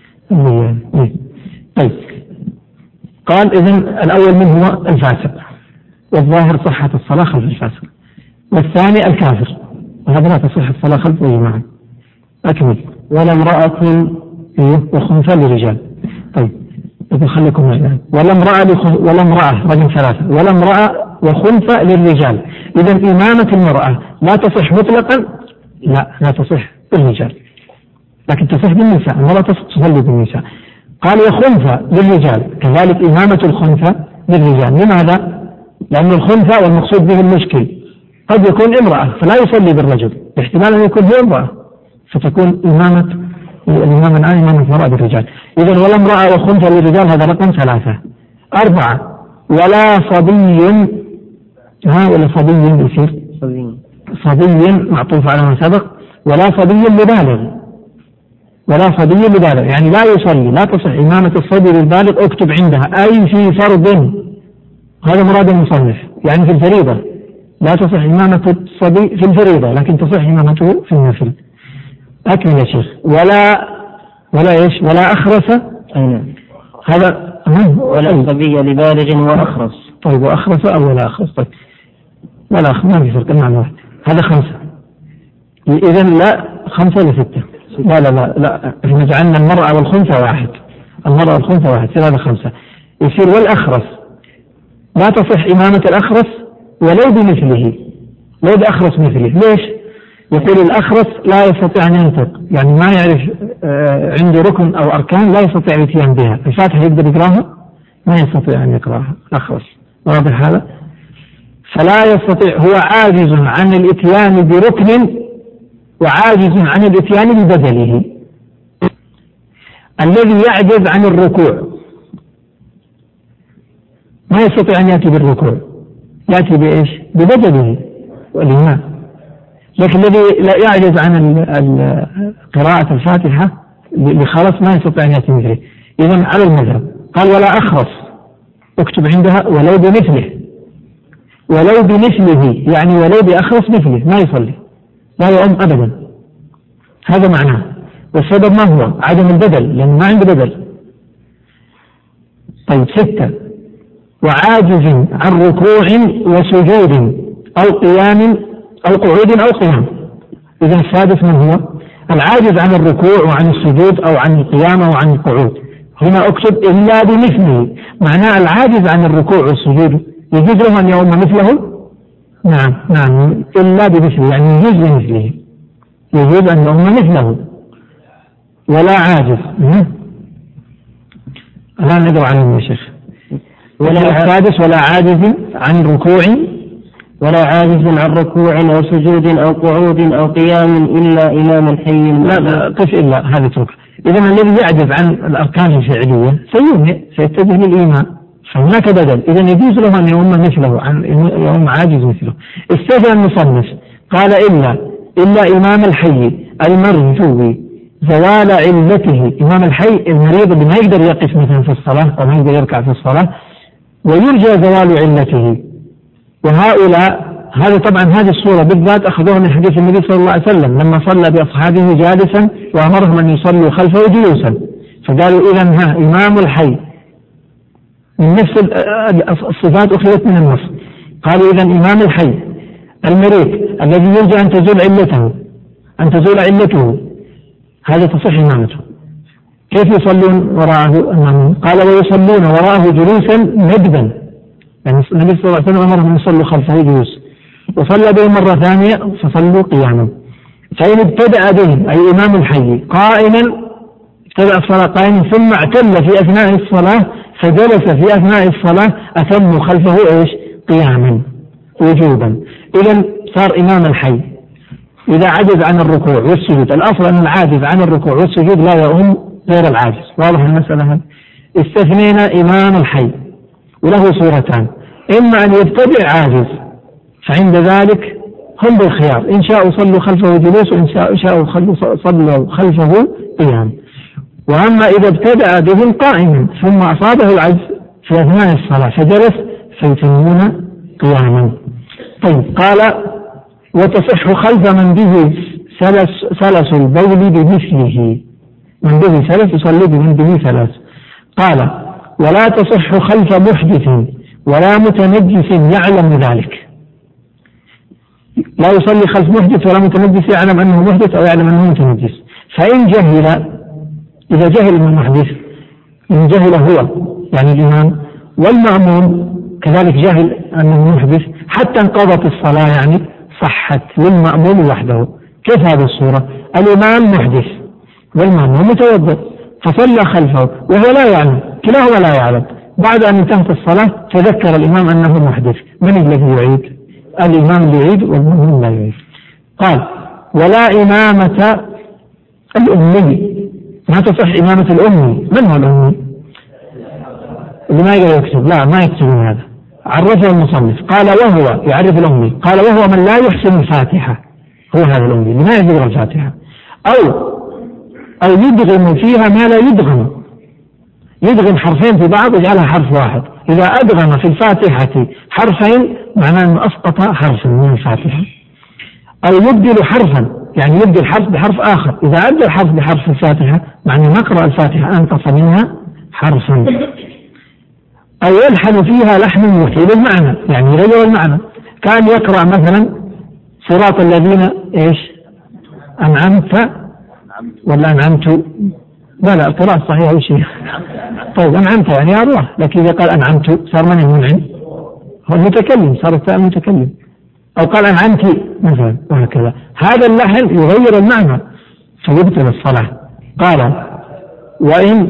طيب، قال إذن الأول من هو الفاسق، والظاهر صحة الصلاة خلف الفاسق، والثاني الكافر، وهذا لا تصح الصلاة خلفه جماعة. أكمل. ولا امرأة وخنثى للرجال. طيب، إذا خليكم معنا. ولا امرأة رقم 3، ولا امرأة وخنثى للرجال. إذا إمامة المرأة لا تصح مطلقا، لا تصح بالرجال، لكن تصح بالنساء، المرأة تصلي بالنساء. قال وخنثى للرجال، كذلك إمامة الخنثى للرجال. لماذا؟ لأن الخنثى والمقصود به المشكل قد يكون امرأة فلا يصلي بالرجل، باحتمال أن يكون هو امرأة، فتكون الإمامة الآن إمامة المرأة بالرجال. إذن ولا امرأة وخنثى للرجال، هذا رقم 3. 4 ولا صبي، ولا صبي يصير صبي معطوف على ما سبق، ولا صبي لبالغ، ولا صبي لبالغ يعني لا يصلي، لا تصح إمامة الصبي للبالغ، اكتب عندها أي في فرض، هذا مراد المصنف، يعني في الفريضة لا تصح إمامة الصبي في الفريضة، لكن تصح إمامته في النفل. أكمل يا شيخ. ولا أخرس، هذا ولا صبي لبالغ وأخرس. طيب، وأخرس أو ولا أخرس. طيب، ولا أخرس، ما في فرق، المعنى واحد، هذا 5. إذن لا 5 ل 6. لا احنا جعلنا المرأة والخنثى واحد، المرأة والخنثى واحد، يصير هذا 5. يصير والأخرس لا تصح إمامة الأخرس ولو بمثله، لو بأخرس مثله. ليش؟ يقول الأخرس لا يستطيع أن ينطق، يعني ما يعرف عنده ركن أو أركان لا يستطيع الاتيان بها، الفاتحة يقدر يقراها؟ ما يستطيع أن يقراها الأخرس، واضح هذا؟ فلا يستطيع، هو عاجز عن الاتيان بركن وعاجز عن الاتيان ببدله. الذي يعجز عن الركوع ما يستطيع أن يأتي بالركوع، يأتي بإيش؟ ببدله والإمام. لكن الذي لا يعجز عن قراءة الفاتحة بخلص ما يستطيع أن يأتي مثله. إذن على المذهب قال ولا أخرس، اكتب عندها ولو بمثله، ولو بمثله يعني ولو بأخرس مثله ما يصلي، لا يؤم أبدا، هذا معناه. والسبب ما هو؟ عدم البدل، لأنه ما عنده بدل. طيب، 6 وعاجز عن ركوع وسجود أو قيام أو قعود أو قيام. إذا السادس من هو؟ العاجز عن الركوع وعن السجود أو عن القيام أو عن القعود، هنا اكتب إلا بمثله، معناه العاجز عن الركوع والسجود يجوز له أن يؤم مثله؟ نعم إلا بمثله، يعني يجوز بمثله، يجوز أن يؤم مثله. ولا عاجز، الآن ندعو عليه يا شيخ. السادس ولا عاجز عن ركوع، ولا عاجز عن ركوع أو سجود أو قعود أو قيام إلا إمام الحي. لا قف إلا، هذا ترك. إذن الذي يعجز عن الأركان الفعلية سيتجه للإمام، فهناك بدل، إذن يجوز له أن يؤم مثله، عن يؤم عاجز مثله. استثنى المصنف قال إلا إمام الحي المرجو زوال علته، إمام الحي المريض اللي ما يقدر يقف مثلا في الصلاة أو ما يقدر يركع في الصلاة ويرجى زوال علته. وهؤلاء، هذا طبعا هذه الصورة بالذات أخذوها من حديث النبي صلى الله عليه وسلم لما صلى بأصحابه جالسا وأمرهم أن يصلوا خلفه جلوسا، فقالوا إذا إمام الحي من نفس الصفات أخذت من النص. قالوا إذا إمام الحي المريض الذي يرجى أن تزول علته هذا تصح إمامته. كيف يصلون وراءه المأمون؟ قال ويصلون وراءه جلوسا ندبا، يعني النبي صلى الله عليه وسلم أمرهم أن يصلوا خلفه جلوس، وصلى بهم مرة ثانية فصلوا قياما. فإن ابتدأ بهم أي إمام الحي قائما، ابتدأ الصلاة قائما ثم اعتل في أثناء الصلاة فجلس في أثناء الصلاة أتموا خلفه قياما وجوبا. إذا صار إمام الحي إذا عجز عن الركوع والسجود، الأصل أن العاجز عن الركوع والسجود لا يؤم غير العاجز، واضح المسألة. استثنينا إمام الحي وله صورتان، إما أن يبتدع عاجز فعند ذلك هم بالخيار، إن شاءوا صلوا خلفه جلوس وإن شاءوا صلوا خلفه قيام. وأما إذا ابتدأ بهم قائما ثم أصابه العجز في أثناء الصلاة فجلس فيتمون قياما. طيب قال وتصح خلف من به سلس البول بمثله، من به سلس يصلي بمن به سلس. قال ولا تصح خلف محدث ولا متنجس يعلم ذلك، لا يصلي خلف محدث ولا متنجس يعلم أنه محدث أو يعلم أنه متنجس. فإن جهل، إذا جهل من المحدث، إن جهل هو يعني الإمام والمأموم كذلك جهل أنه محدث حتى انقضت الصلاة، يعني صحت للمأموم وحده. كيف هذه الصورة؟ الإمام محدث والمأموم متوضئ فصلى خلفه وهو لا يعلم، كلاهما لا يعلم. بعد أن انتهت الصلاة تذكر الإمام أنه محدث، من الذي يعيد؟ الإمام اللي يعيد والمأموم لا يعيد. قال ولا إمامة الأمي، ما تصح إمامة الأمي. من هو الأمي؟ اللي ما يقدر يكتب، لا ما يكتبون هذا، عرفه المصنف. قال وهو يعرف الأمي، قال وهو من لا يحسن الفاتحة، هو هذا الأمي اللي ما يقرأ الفاتحة، أو يدغم فيها ما لا يدغم، يدغم حرفين في بعض يجعلها حرف واحد. إذا أدغم في الفاتحة حرفين معناه أنه أسقط حرفا من الفاتحة. أو يبدل حرفا، يعني يبدل حرف بحرف آخر، إذا أبدل حرف بحرف الفاتحة معناه نقرأ الفاتحة أنقص منها حرفا. أو يلحن فيها لحن يحيل المعنى، يعني يغير المعنى، كان يقرأ مثلا صراط الذين أنعمت ولا أنعمت، لا القراءة الصحيحة شيء. طيب أنعمت يعني يا الله، لكن إذا قال أنعمت صار من المنعم؟ هو المتكلم، صار التاء المتكلم. أو قال أنعمت مثلا وهكذا، هذا اللحن يغير المعنى فيبطل الصلاة. قال وإن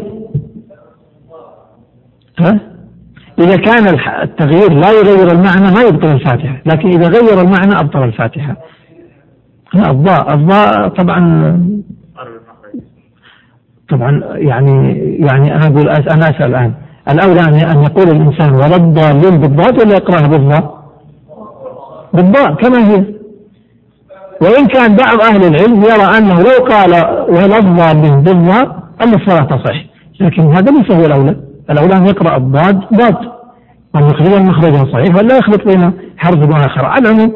إذا كان التغيير لا يغير المعنى ما يبطل الفاتحة، لكن إذا غير المعنى أبطل الفاتحة. الضاء طبعا يعني أنا أقول أنا أسأل الآن، الأولى أن يقول الإنسان ولا الضالين بالضاد ولا يقرأها بالضاء كما هي. وإن كان بعض أهل العلم يرى أنه لو قال ولا الضالين بالضاء أن الصلاة تصح، لكن هذا ليس هو الأولى. الأولى أن يقرأ الضاد ضاد وأن يخرج مخرجها صحيح ولا يخلط بين حرف وآخر. على العموم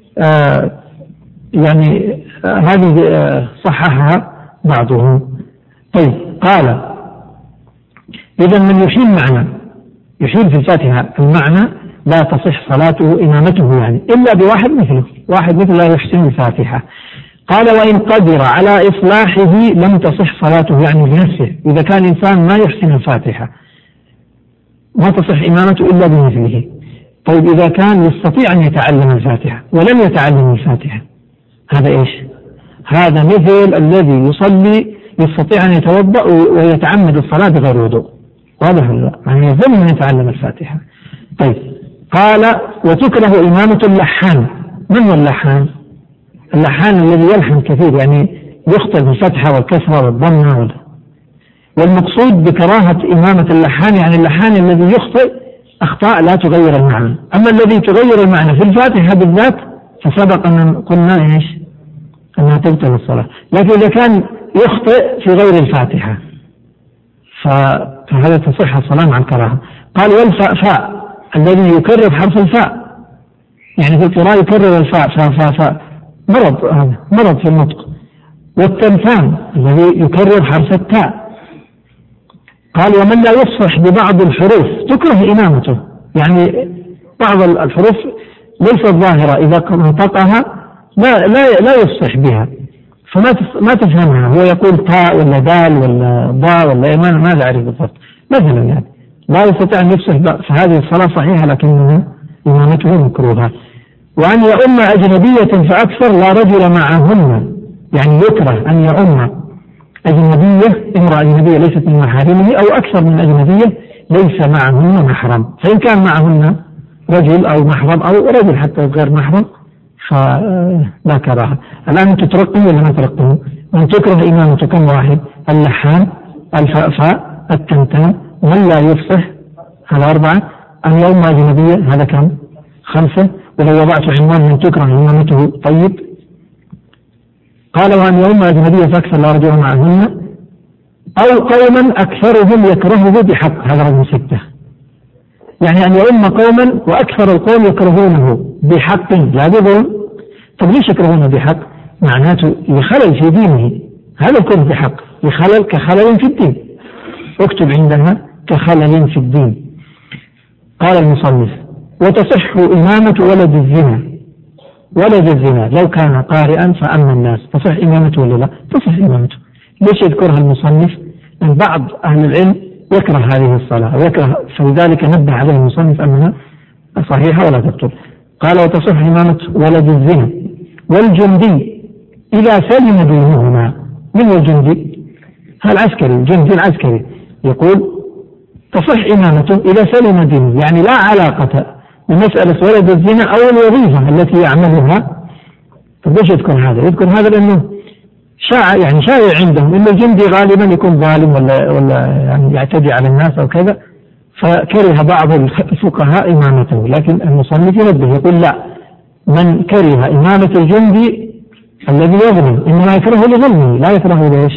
يعني هذه صححها بعضهم. طيب قال إذا من يحيل في الفاتحة المعنى لا تصح صلاته إمامته، يعني إلا بواحد مثله، واحد مثل لا يحسن الفاتحة. قال وإن قدر على إصلاحه لم تصح صلاته، يعني بنفسه، إذا كان إنسان ما يحسن الفاتحة ما تصح إمامته إلا بمثله. طيب إذا كان يستطيع أن يتعلم الفاتحة ولم يتعلم الفاتحة، هذا هذا مثل الذي يصلي يستطيع أن يتوضأ ويتعمد الصلاة بغير وضوء، واضح ولا لا؟ يعني يلزم أن يتعلم الفاتحة. طيب قال وتكره إمامة اللحان. من هو اللحان؟ اللحان الذي يلحن كثير، يعني يخطئ بالفتحة والكسرة والضمة والمقصود بكراهة إمامة اللحان يعني اللحان الذي يخطئ أخطاء لا تغير المعنى. أما الذي تغير المعنى في الفاتحة بالذات فسبق أن قلنا أنها تبطل الصلاة. لكن إذا كان يخطئ في غير الفاتحة فهذا تصح الصلاة مع الكراهة. قال والفاء الذي يكرر حرف الفاء، يعني في القراءة يكرر الفاء فاء مرض في النطق. والتلفان الذي يكرر حرف التاء قال ومن لا يفصح ببعض الحروف تكره إمامته، يعني بعض الحروف ليست ظاهرة إذا نطقها لا يفصح بها فما تفهمها، هو يقول تاء ولا دال ولا ضاء ولا ما أعرف بالضبط مثلا، يعني لا يستطيع أن يفصح، فهذه الصلاة صحيحة لكنها إمامته مكروهة. وأن يؤم أجنبية فأكثر لا رجل معهن، يعني يكره أن يؤم أجنبية، امرأة أجنبية ليست من محارمه أو أكثر من أجنبية ليس معهن محرم، فإن كان معهن رجل أو محرم أو رجل حتى غير محرم فلا كراهة. الآن أنتم ترقموا ولا ما ترقموا؟ من تكره إمامته كم واحد؟ اللحان، الفأفاء، التمتام، من لا يفصح هذا 4، أن يؤم أجنبية هذا كم؟ 5. ولو وضعت عنوان من تكره إمامته طيب. قال وأن يؤم أجنبية فأكثر لا رجل معهن أو قوما أكثرهم يكرهه بحق، هذا رقم 6. يعني أن يؤم قوما وأكثر القوم يكرهونه بحق لا بظلم. طب ليش يكرهونه بحق؟ معناته يخلل في دينه، هذا الكره بحق يخلل كخلل في الدين، اكتب عندها كخلل في الدين. قال المصنف وتصح إمامة ولد الزنا. ولد الزنا لو كان قارئا فأما الناس تصح إمامته ولا لا؟ تصح إمامته. ليش يذكرها المصنف؟ أن بعض أهل العلم يكره هذه الصلاة ويكره، فلذلك نبه عليه المصنف أنها صحيحة ولا تبطل. قال وتصح إمامة ولد الزنا والجندي إذا سلم دينهما. من هو الجندي؟ العسكري، الجندي العسكري يقول تصح إمامته إذا سلم دينه، يعني لا علاقة بمسألة ولد الزنا أو الوظيفة التي يعملها. فليش يذكر هذا؟ يذكر هذا لأنه شائع عندهم أن الجندي غالبا يكون ظالم ولا يعني يعتدي على الناس أو كذا، فكره بعض الفقهاء إمامته. لكن المصنف ينبه يقول لا، من كره إمامة الجندي الذي يظلم إنما يكرهه لظلمه لا يكرهه ليش؟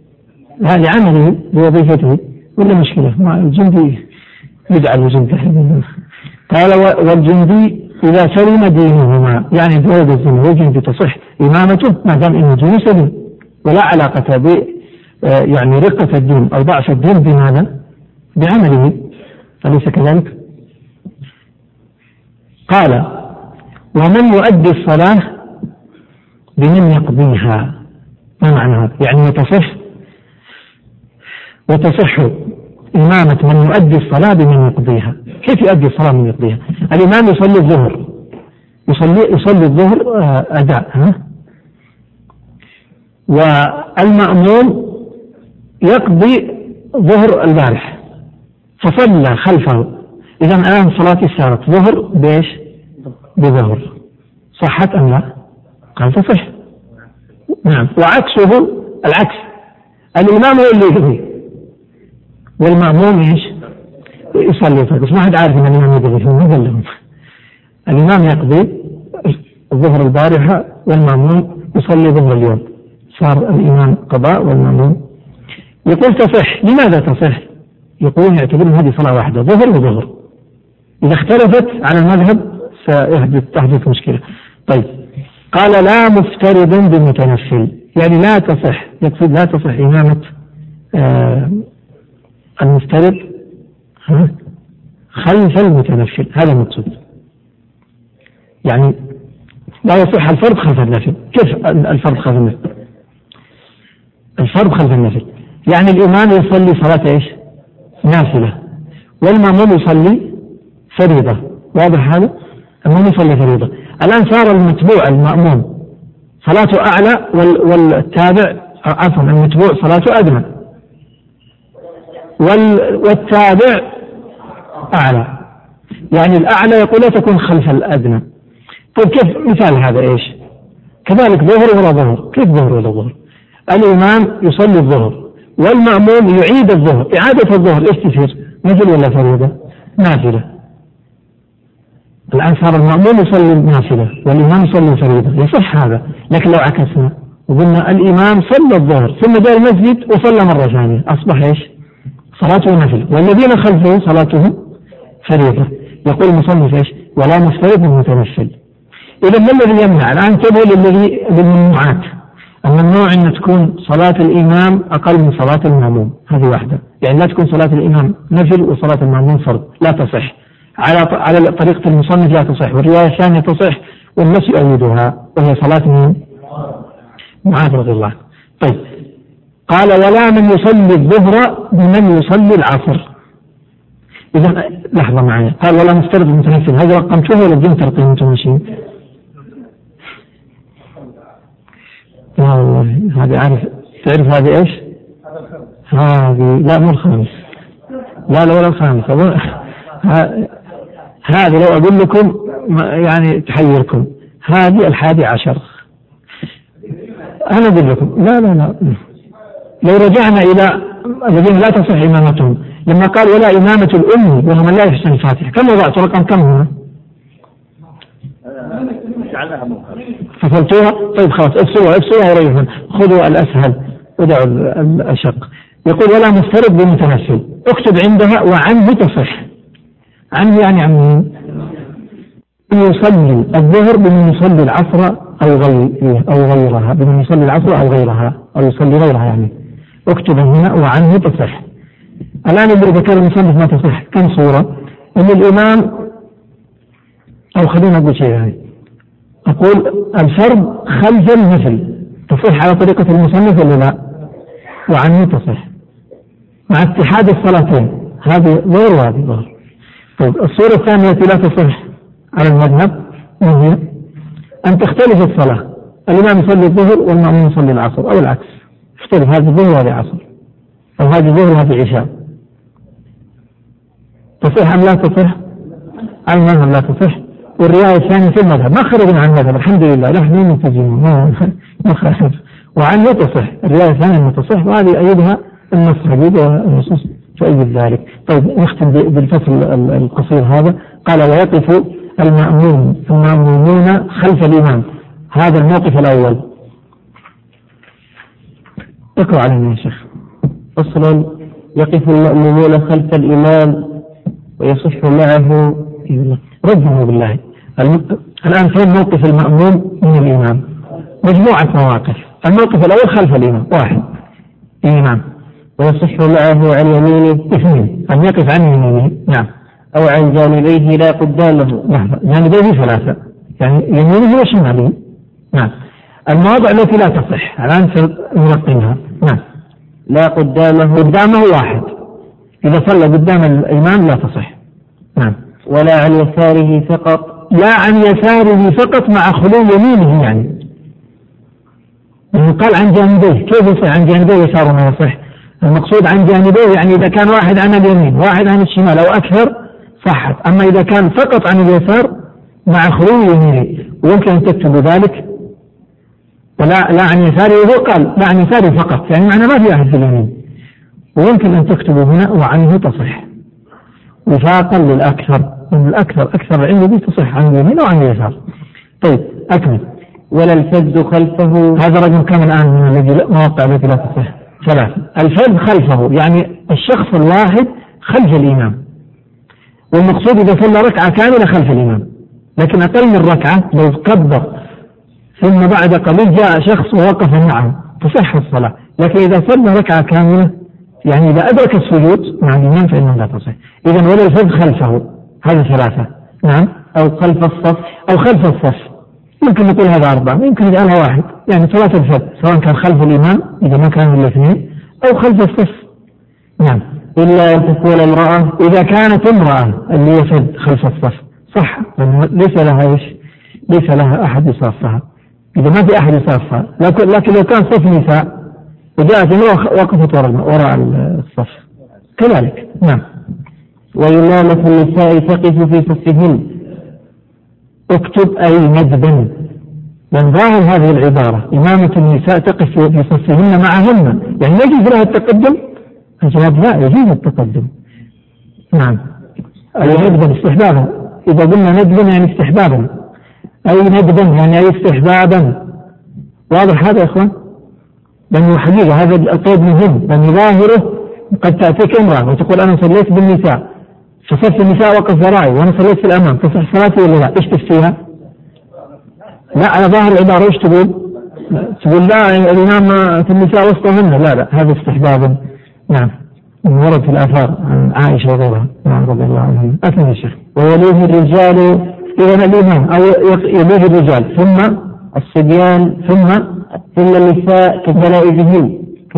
لعمله بوظيفته، ولا مشكلة مع الجندي يدعى الجندي. قال والجندي إذا سلم دينهما، يعني ولد الزنا والجندي تصح إمامته ما دام إنه دين سليم ولا علاقة ب يعني رقة الدين أو ضعف الدين بماذا؟ بعمله، أليس كذلك؟ قال ومن يؤدي الصلاة بمن يقضيها. ما معنى هذا؟ يعني وتصح إمامة من يؤدي الصلاة بمن يقضيها. كيف يؤدي الصلاة من يقضيها؟ الإمام يصلي الظهر، يصلي الظهر أداء، والمأموم يقضي ظهر البارح فصلى خلفه. إذا الآن صلاتي صارت ظهر بإيش؟ بظهر. صحت أم لا؟ قال تصح. نعم. وعكسه العكس، الإمام هو اللي يقضي والمأموم إيش؟ يصلي. بس ما حد عارف أن الإمام يقضي، ما بلغهم. الإمام يقضي الظهر البارحة والمأموم يصلي ظهر اليوم، صار الإمام قضاء والمأموم. يقول تصح. لماذا تصح؟ يقول يعتبر هذه صلاة واحدة ظهر وظهر، إذا اختلفت على المذهب تحدث مشكلة. طيب قال لا مفترض بمتنفل، يعني لا تصح، يقصد لا تصح إمامة المفترض خلف المتنفل، هذا المقصود. يعني لا يصح الفرض خلف النفل. كيف الفرض خلف النفل؟ الفرض خلف النفل يعني الإمام يصلي صلاة إيش؟ نافلة، والمأموم يصلي فريضة. واضح هذا؟ المأموم يصلي فريضة. الآن صار المتبوع المأموم صلاته أعلى والتابع عفوا المتبوع صلاته أدنى، والتابع أعلى، يعني الأعلى يقول لا تكون خلف الأدنى. طيب كيف مثال هذا إيش؟ كذلك ظهر ولا ظهر. كيف ظهر ولا ظهر؟ الإمام يصلي الظهر والمأموم يعيد الظهر. إعادة الظهر إيش تصير؟ نفل ولا فريضة؟ نافلة. الآن صار المأموم يصلي النافلة والإمام يصلي الفريضة، يصح هذا. لكن لو عكسنا وقلنا الإمام صلى الظهر ثم جاء المسجد وصلى مرة ثانية، أصبح إيش؟ صلاته نفل، والذين خلفه صلاتهم فريضة. يقول المصنف إيش؟ ولا مفترض متنفل. إذا ما الذي يمنع؟ الآن انتبهوا للممنوعات. الممنوع أن تكون صلاة الإمام أقل من صلاة المأموم، هذه واحدة، يعني لا تكون صلاة الإمام نفل وصلاة المأموم فرض، لا تصح على طريقة المصنف، لا تصح. والرواية الثانية تصح والنص يؤيدها، وهي صلاة من معاذ رضي الله. طيب، قال ولا من يصلي الظهر بمن يصلي العصر. إذا لحظة معي، قال ولا مفترض المتنفل، هذا رقمته ولا بدون ترقيم أنتم ماشيين؟ لا والله هذه تعرف هذه ايش؟ هذه لا مو الخامس، لا ولا الخامس، هذه لو أقول لكم يعني تحيركم، هذه 11. أنا أقول لكم لا لو رجعنا إلى الذين لا تصح إمامتهم، لما قال ولا إمامة الأم وهو من لا يحسن الفاتحة، كم وضعت رقم كم هنا؟ فصلتوها؟ طيب خلاص افسروها وريحا، خذوا الأسهل ودعوا الأشق. يقول ولا مفترض بمتنفل، اكتب عندها وعنه تصح. عنه يعني عن يصلي الظهر بمن يصلي العصر أو غيرها، بمن يصلي العصر أو غيرها، أو يصلي غيرها يعني، اكتب هنا وعنه تصح. الآن اللي ذكر المصنف ما تصح كم صورة؟ أن الإمام، أو خلينا نقول شيء يعني، أقول الفرض خلف النفل تصح على طريقة المصنف ولا لا؟ وعنه تصح مع اتحاد الصلاتين، هذه ظهر وهذه ظهر. طيب الصورة الثانية التي لا تصح على المذهب وهي أن تختلف الصلاة، الإمام يصلي الظهر والمأموم يصلي العصر أو العكس، اختلف هذه الظهر وهذه عصر، أو هذه ظهر وهذه عشاء، تصح أم لا تصح؟ على المذهب لا تصح. والرواية الثانية في المذهب ما خرجنا عن المذهب الحمد لله، نحن ملتزمون ما خرج، وعنه تصح الرواية الثانية أنها تصح، وهذه أيدها النص حديد والنصوص تؤيد ذلك. طيب نختم بالفصل القصير هذا. قال ويقف المأمومون خلف الإمام، هذا الموقف الأول. اقرأ علينا يا شيخ. فصل يقف المأمومون خلف الإمام ويصح معه. رجعوا بالله الآن فين موقف المأموم من الإمام؟ مجموعة مواقف. الموقف الأول خلف الإمام، واحد الإمام، ويصح معه عن يمينه، اثنين أن يقف عن يمينه، نعم، أو عن جانبيه لا قدامه، جانبيه ثلاثة، يعني يمينه وشماله، نعم. المواضع التي لا تصح الآن نرقمها، نعم. لا قدامه واحد، إذا صلى قدام الإمام لا تصح، نعم. ولا عن يساره فقط، لا عن يساره فقط مع خلو يمينه، يعني قال عن جانبيه، كيف يصح عن جانبيه يساره ما يصح؟ المقصود عن جانبيه يعني إذا كان واحد عن اليمين واحد عن الشمال أو أكثر صحت، أما إذا كان فقط عن اليسار مع خلو يمينه، ويمكن أن تكتبوا ذلك لا عن يساره، وهو قال لا عن يساره فقط، يعني معنى ما في أحد في اليمين، ويمكن أن تكتبوا هنا وعنه تصح وفاقا للأكثر، من الأكثر أكثر عنده تصح عن اليمين وعن اليسار. طيب أكمل. ولا الفذ خلفه، هذا رقم كم الآن من الذي مواقع التي لا تصح؟ 3. الفذ خلفه يعني الشخص الواحد خلف الإمام، والمقصود إذا صلى ركعة كاملة خلف الإمام، لكن أقل من ركعة لو كبر ثم بعد قليل جاء شخص ووقف معه تصح الصلاة، لكن إذا صلى ركعة كاملة يعني إذا أدرك السجود مع الإمام فإنه لا تصح. إذن ولا الفذ خلفه، هذا 3، نعم. أو خلف الصف، أو خلف الصف، يمكن نقول هذا 4، يمكن نجعلها 1، يعني صلاة الفذ سواء كان خلف الإمام إذا ما كانوا الاثنين أو خلف الصف، نعم. إلا أن تكون امرأة، إذا كانت امرأة اللي يفذ خلف الصف صح، ليس لها ليس لها أحد يصافها، إذا ما في أحد يصافها، لكن لو كان صف نساء وجاءت امرأة وقفت وراء الصف كذلك، نعم. وإمامة النساء تقف في صفهن، اكتب أي ندبا، من ظاهر هذه العبارة إمامة النساء تقف في صفهن معهن، يعني لا يجوز لها التقدم. الجواب لا يجوز التقدم، نعم. أي ندبا استحبابا، إذا قلنا ندبا يعني استحبابا، أي ندبا يعني أي استحبابا، واضح هذا يا إخوان؟ لأنه حقيقة هذا القيد مهم، لأن ظاهره قد تأتيك امرأة وتقول أنا صليت بالنساء في صف النساء وقف ورائي وأنا صليت في الأمام، تصح صلاتي ولا لا؟ إيش تفتيها؟ لا، على ظاهر العبارة إيش تقول؟ تقول لا الإمام في النساء وسطهن، لا هذا استحباب. نعم، ورد في الآثار عن عائشة وغيرها رضي الله عنها. أكمل الشيخ. ويليه الرجال، إذا الإمام أو يليه الرجال ثم الصبيان ثم النساء كجنائزهم.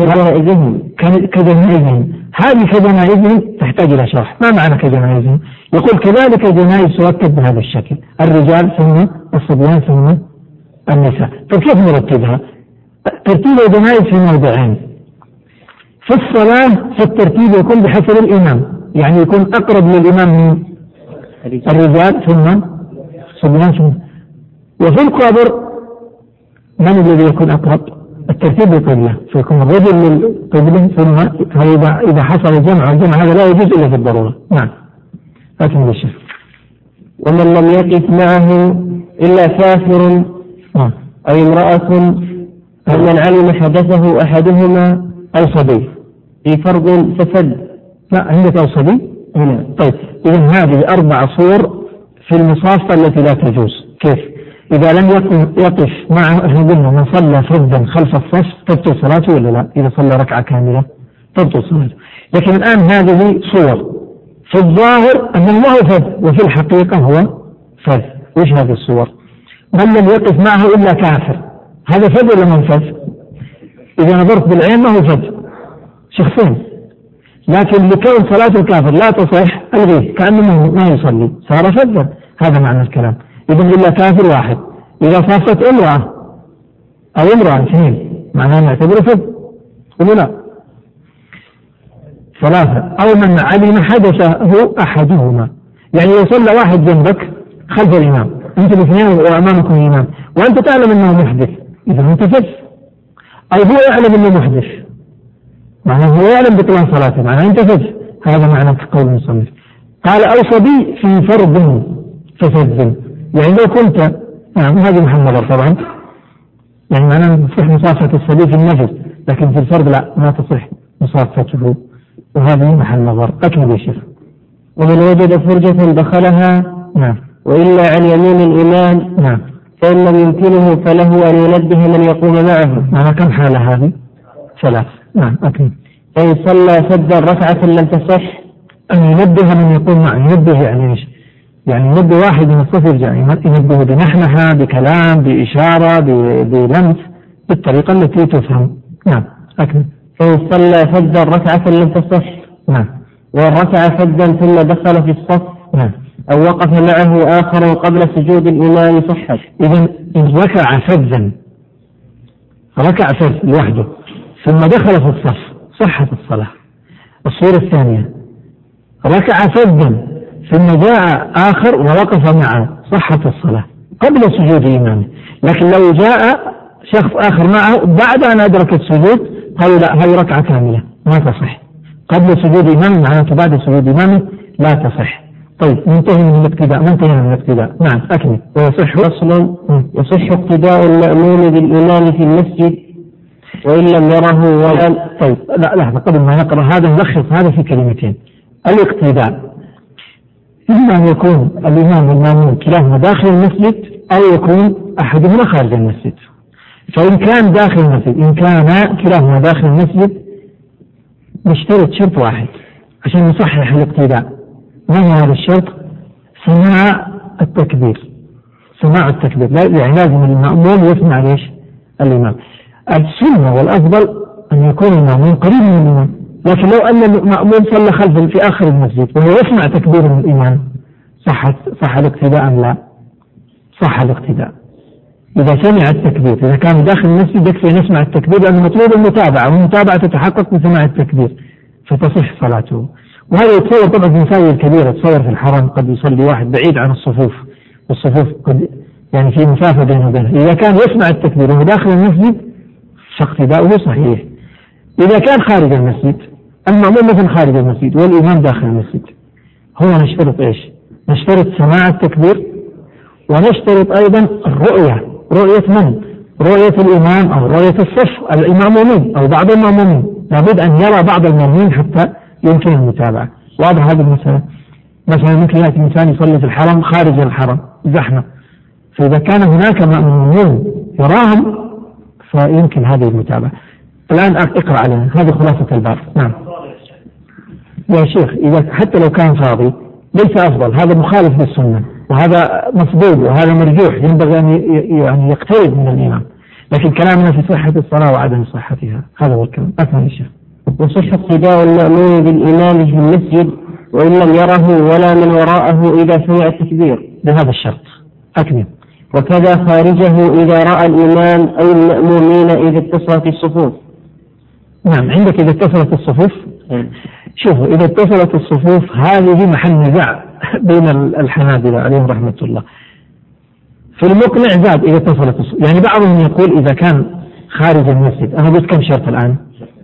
هذه كجنائزهم تحتاج إلى شرح. ما معنى كجنائزهم؟ يقول كذلك جنائز ترتب بهذا الشكل، الرجال ثم الصبيان ثم النساء. طيب كيف نرتبها؟ ترتيب الجنائز في موضعين. في الصلاة فالترتيب يكون بحسب الإمام، يعني يكون أقرب للإمام من الرجال ثم الصبيان ثم. وفي القبر من الذي يكون أقرب؟ الترتيب القبلة، فيكون الرجل للقبلة ثم إذا حصل الجمع هذا لا يجوز إلا في الضرورة. نعم، أكمل الشيخ. ومن لم يقف معه إلا كافر أو امرأة أو من علم حدثه أحدهما أو صبي في فرض فسد. لا، عندك أو صبي هنا. طيب إذن هذه 4 صور في المصافة التي لا تجوز. كيف؟ إذا لم يقف معه، احنا قلنا من صلى فردا خلف الصف تبطل صلاته ولا لا؟ إذا صلى ركعة كاملة تبطل صلاته. لكن الآن هذه صور في الظاهر أنه ما هو فذ، وفي الحقيقة هو فذ. وش هذه الصور؟ من لم يقف معه إلا كافر، هذا فذ ولا من فذ؟ إذا نظرت بالعين ما هو فذ، شخصين. لكن لكون صلاة الكافر لا تصح الغيه كأنه ما يصلي صار فذا، هذا معنى الكلام. إذن إلا كافر واحد. إذا صافت امرأة أو امرأة 2 معناه نعتبره فذ ولا لا؟ 3 أو من علم حدثه أحدهما، يعني لو صلى واحد جنبك خلف الإمام، أنت الاثنين وأمامكم الإمام وأنت تعلم أنه محدث، إذا أنت فذ. أو هو يعلم أنه محدث، معناه هو يعلم بطلان صلاته، معناه أنت فذ. هذا معنى قول المصنف. قال أو صبي في فرض ففذ، يعني لو كنت هذه محمد طبعا، يعني معناه تصح مصافة الصبي في النفس، لكن في الفرض لا، ما تصح مصافته، وهذه محل نظر. أكمل يا شيخ. ومن وجد فرجة دخلها وإلا عن يمين الإمام فإن لم يمكنه فله أن ينبه من يقوم معه. كم حالة هذه؟ 3. أكمل. فإن صلى سدا ركعة لم تصح أن ينبه من يقوم معه. ينبه يعني إيش؟ يعني ينبه واحد من الصف يرجع، ينبه بنحنحة، بكلام، بإشارة، بلمس، بالطريقة التي تفهم. أكمل. فإن صلى سدا ركعة لم تصح وركع سدا ثم دخل في الصف أو وقف معه آخر قبل سجود الإمام صحت. إذن إن ركع سدا لوحده ثم دخل في الصف صحت الصلاة. الصورة الثانية ركع سدا ثم جاء آخر ووقف معه صحت الصلاة قبل سجود إمامه. لكن لو جاء شخص آخر معه بعد أن أدرك السجود قالوا لا، هذه ركعة كاملة ما تصح. قبل سجود إمامه معناته بعد سجود إمامه لا تصح. طيب منتهي من الاقتداء. نعم، أكمل. يصح اقتداء المأموم بالإمام في المسجد وإن لم يره طيب لا، لحظة قبل ما نقرأ هذا نلخص هذا في كلمتين. الاقتداء إما أن يكون الإمام والمأموم كلاهما داخل المسجد أو يكون أحدهما خارج المسجد. فإن كان داخل المسجد، إن كان كلاهما داخل المسجد نشترط شرط واحد عشان نصحح الاقتداء. ما هو هذا الشرط؟ سماع التكبير. يعني لازم المأموم يسمع ليش؟ الإمام. السنة والأفضل أن يكون المأموم قريب من الإمام، لكن لو أن المأموم صلى خلفه في آخر المسجد وهو يسمع تكبير من الإمام صح الاقتداء أم لا؟ صح الاقتداء إذا سمع التكبير. إذا كان داخل المسجد يكفي نسمع التكبير، لأنه مطلوب المتابعة، والمتابعة تتحقق بسماع التكبير فتصح صلاته. وهذا يتصور طبعا في مساجد كبيرة، تصور في الحرم قد يصلي واحد بعيد عن الصفوف، والصفوف قد يعني في مسافة بينه وبينه. إذا كان يسمع التكبير وهو داخل المسجد فاقتداؤه صحيح. إذا كان خارج المسجد، المأموم مثلا خارج المسجد والإمام داخل المسجد، هنا نشترط إيش؟ نشترط سماع التكبير، ونشترط أيضا الرؤية. رؤية من؟ رؤية الإمام أو رؤية الصف المأمومين أو بعض المأمومين. لابد أن يرى بعض المأمومين حتى يمكن المتابعة. واضح هذا المسألة؟ مثلا ممكن يأتي إنسان يصلي في الحرم خارج الحرم زحمة، فإذا كان هناك مأمومون يراهم فيمكن هذه المتابعة. الآن اقرأ عليها، هذه خلاصة الباب. نعم يا شيخ، إذا حتى لو كان فاضي ليس أفضل، هذا مخالف للسنة وهذا مفضول وهذا مرجوح، ينبغي أن يعني يقترب من الإمام، لكن كلامنا في صحة الصلاة وعدم صحتها، هذا هو الكلام. أفهم يا شيخ. وصح اقتداء المأمون بالإمام في المسجد وإن لم يره ولا من وراءه إذا سمع التكبير بهذا الشرط. أكمل. وكذا خارجه إذا رأى الإمام أو المأمومين إذا اتصلت الصفوف. نعم، عندك إذا اتصلت الصفوف. شوفوا، إذا اتصلت الصفوف هذه محل نزاع بين الحنابلة عليهم رحمة الله. في المقنع زاد إذا اتصلت الصفوف، يعني بعضهم يقول إذا كان خارج المسجد. أنا قلت كم شرط الآن؟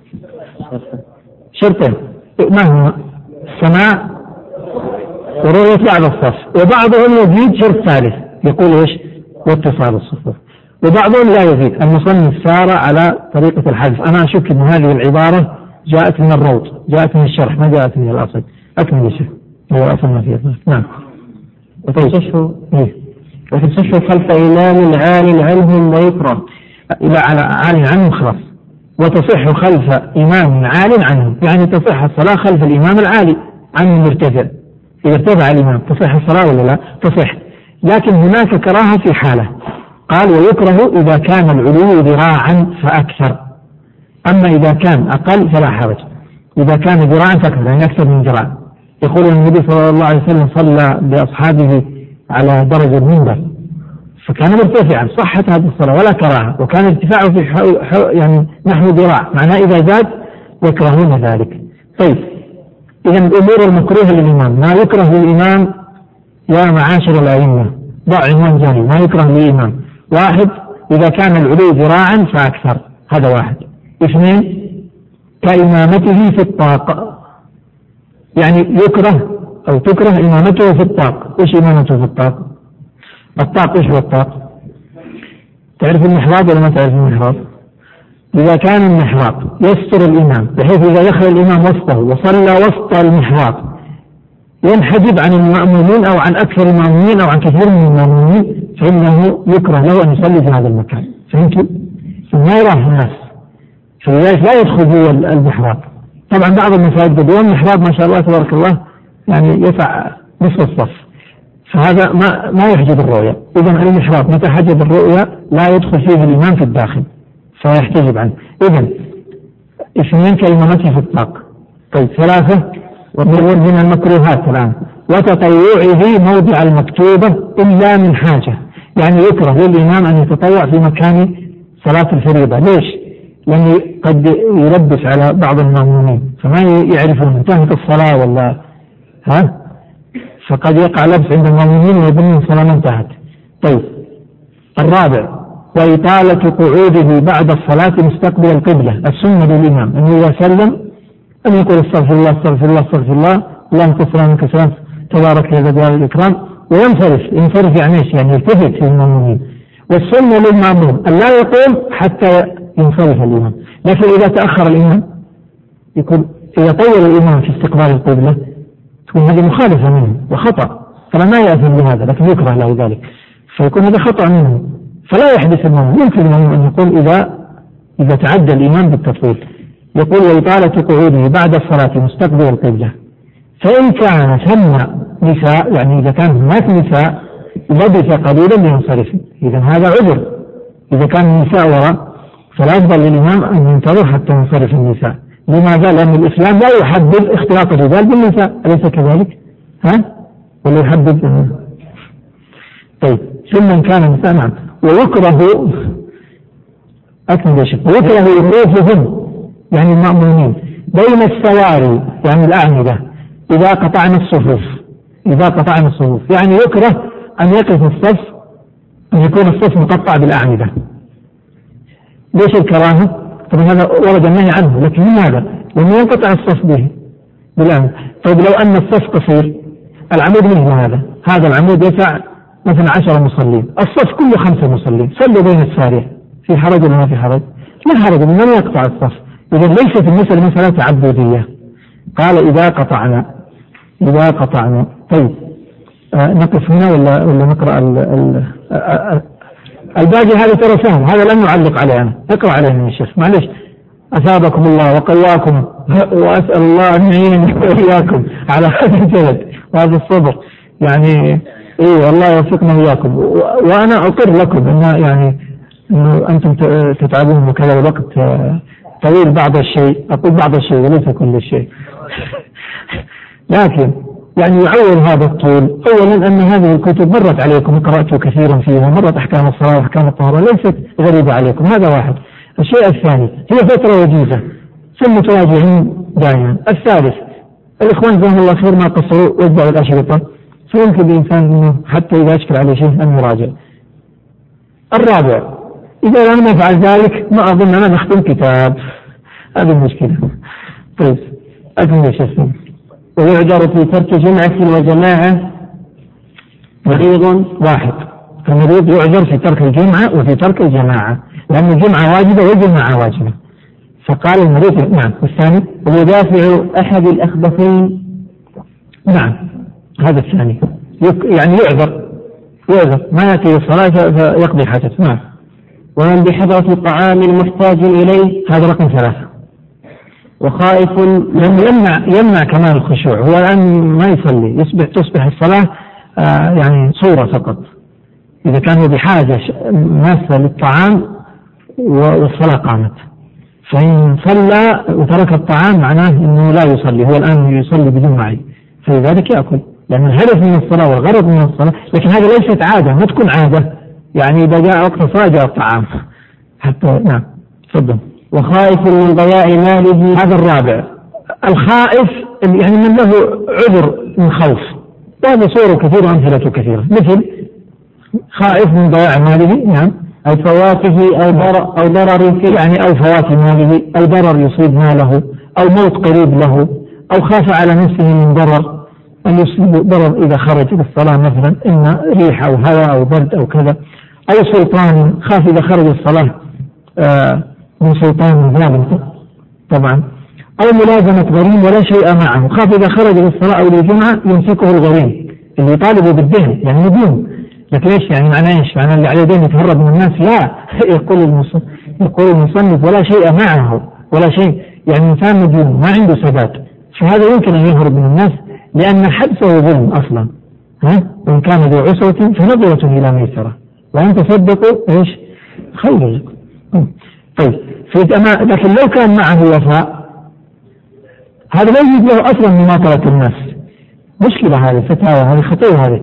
شرطين. ما هو؟ السماع ورؤية بعض الصف، وبعضهم يزيد شرط ثالث يقول إيش؟ واتصال الصفوف. وبعضهم لا يزيد. المصنف سار على طريقة الحذف. أنا أشك أن هذه العبارة جاءت من الروض، جاءت من الشرح، ما جاءت من الأصل. أكمل يا شيخ. هو أصل ما فيه. نعم. وتصح خلف إمام عال عنهم ويكره. إلى على عال عنهم خلاص. وتصح خلف إمام عال عنهم، يعني تصح الصلاة خلف الإمام العالي عنه مرتفع. إذا ارتفع الإمام تصح الصلاة ولا لا؟ تصح، لكن هناك كراهة في حالة. قال ويكره إذا كان العلو ذراعا فأكثر، أما إذا كان أقل فلا حرج. إذا كان ذراعا فأكثر يعني أكثر من ذراع. يقول النبي صلى الله عليه وسلم صلى بأصحابه على درج المنبر فكان مرتفعا، صحت هذه الصلاة ولا كراهة، وكان ارتفاعه في يعني نحو ذراع، معناه إذا زاد يكرهون ذلك. طيب، إذا الأمور المكروهة للإمام. ما يكره للإمام يا معاشر الأئمة، ضع عنوان جانبي. ما يكره للإمام: واحد، إذا كان العلو ذراعا فأكثر، هذا واحد. اثنين، كإمامته في الطاق، يعني يكره أو تكره إمامته في الطاق. إيش إمامته في الطاق؟ الطاق إيش هو الطاق؟ تعرف المحراب ولا ما تعرف المحراب؟ إذا كان المحراب يستر الإمام بحيث إذا دخل الإمام وسطه وصلى وسط المحراب ينحجب عن المأمومين أو عن أكثر المأمومين أو عن كثير من المأمومين، فإنه يكره له أن يصلي في هذا المكان. فهمتوا؟ ما يراه الناس، فلذلك لا يدخل في المحراب. طبعا بعض المساجد اليوم محراب ما شاء الله تبارك الله يعني يسع نصف الصف، فهذا ما يحجب الرؤية. إذا المحراب متى حجب الرؤية لا يدخل فيه الإمام في الداخل فيحتجب عنه. إذن اثنين كإمامته في الطاق. طيب، ثلاثة، من المكروهات الآن وتطوعه موضع المكتوبة إلا من حاجة، يعني يكره للإمام أن يتطوع في مكان صلاة الفريضة. ليش؟ لأنه قد يلبس على بعض المأمومين فما يعرفون انتهت الصلاة ولا فقد يقع لبس عند المأمومين ويظنون الصلاة ما انتهت. طيب، الرابع، وإطالة قعوده بعد الصلاة مستقبل القبلة. السنة للإمام أنه إذا سلم أن يقول استغفر الله استغفر الله استغفر الله، اللهم كفران من كسران تبارك يا ذا الجلال والإكرام، وينصرف يعني ايش؟ يعني يلتفت في المأمومين. والسنة للمأموم أن لا يقوم حتى ينصرف الإمام، لكن إذا تأخر الإمام يقول، إذا طول الإمام في استقبال القبلة تكون هذه مخالفة منه وخطأ، فلا يأثم بهذا، لكن يكره له ذلك، فيكون هذا خطأ منه، فلا يحدث المأموم. يمكن المأموم أن يقول إذا تعدى الإمام بالتطويل، يقول وإطالة قعوده بعد الصلاة مستقبل القبلة. فإن كان ثم نساء، يعني إذا كان هناك نساء لبث قليلا لينصرف، إذا هذا عذر. إذا كان النساء وراء فلا يفضل للإمام أن ينتظر حتى ينصرف النساء. لماذا؟ لأن الإسلام لا يحدد اختلاط الرجال بالنساء، أليس كذلك؟ ولا يحدد؟ طيب، ثم إن كان النساء نعم. ويكره ويكره وقوفهم يعني المأمومين بين السواري يعني الأعمدة إذا قطعنا الصفوف، يعني يكره أن يقف الصف، أن يكون الصف مقطع بالأعمدة. ليش الكراهة؟ طبعا هذا ورد النهي عنه، لكن لماذا؟ لأنه ينقطع الصف به بالأعمدة. طيب، لو أن الصف قصير، العمود مثل هذا العمود يسع مثلا 10 مصلين، الصف كله 5 مصلين، صلوا بين السارية، في حرج ولا ما في حرج؟ لا حرج، من يقطع الصف. إذا ليست المسألة مسألة تعبدية. قال إذا قطعنا. طيب، نقف هنا ولا نقرأ الباقي هذا ترى سهل، هذا لم نعلق عليه أنا، اقرأ عليه يا شيخ معلش. أثابكم الله وقواكم، وأسأل الله أن يعين وإياكم على هذا الجلد وهذا الصبر، يعني إيه والله يوفقنا وإياكم. وأنا أقر لكم أن يعني أنه أنتم تتعبون وكذا الوقت طويل بعض الشيء، أقول بعض الشيء وليس كل الشيء لكن يعني يعول هذا الطول. أولا أن هذه الكتب مرت عليكم وقرأتوا كثيرا فيها، مرت أحكام الصلاة وأحكام الطهارة، ليست غريبة عليكم، هذا واحد. الشيء الثاني هي فترة وجيزة ثم تراجعون دائما. الثالث الإخوان جزاهم الله خير ما قصروا وزعوا الأشرطة، فيمكن الإنسان أنه حتى إذا أشكل عليه شيء أن يراجع. الرابع إذا لم نفعل ذلك ما أظن أنا نختم كتاب، هذه المشكلة. طيب أكمل شيء. ويعذر في ترك جمعة وجماعة مريض واحد. المريض يعذر في ترك الجمعة وفي ترك الجماعة، لأن الجمعة واجبة والجماعة واجبة. فقال المريض نعم. والثاني ويدافع أحد الأخبثين. نعم هذا الثاني يعني يعذر ما يأتي الصلاة فيقضي حاجته. نعم. ومن بحضرة طعام محتاج إليه، هذا رقم 3. وخائف يمنع كمال الخشوع. هو الآن ما يصلي، تصبح الصلاة يعني صورة فقط. إذا كان هو بحاجة ماسة للطعام والصلاة قامت، فإن صلى وترك الطعام معناه أنه لا يصلي، هو الآن يصلي بدون معي، فلذلك يأكل، لأن الهدف من الصلاة والغرض من الصلاة. لكن هذا ليست عادة، ما تكون عادة يعني إذا جاء وقت الصلاة جاء الطعام حتى. نعم تفضل. وخائف من ضياع ماله، هذا الرابع. الخائف يعني من له عذر من خوف، وهذا صور كثيرة وأمثلة كثيرة، مثل خائف من ضياع ماله. نعم. أو فواته أو ضرر فيه، يعني أو فوات ماله أو ضرر يصيب ماله أو موت قريب له أو خاف على نفسه من ضرر، أن يصيب ضرر إذا خرج للصلاة مثلا، إما ريح أو هواء أو برد أو كذا، أو سلطان خاف إذا خرج الصلاة من سلطان ظالم طبعا، أو ملازمة غريم ولا شيء معه، خاف إذا خرج للصلاة أو للجمعة يمسكه الغريم اللي يطالبه بالدين يعني مدين. لكن ايش يعني معناه؟ ايش معناه اللي عليه دين يتهرب من الناس؟ لا، يقول المصنف ولا شيء معه، ولا شيء يعني إنسان مدين ما عنده سداد، فهذا يمكن أن يهرب من الناس لأن حبسه ظلم أصلا. وإن كان ذو عسرة فنظرة إلى ميسرة وأن تصدقوا ايش خير لكم. طيب لكن لو كان معه وفاء هذا لا يجوز له أصلا مماطلة الناس. مشكلة هذه، فتاوى هذه خطيرة، هذه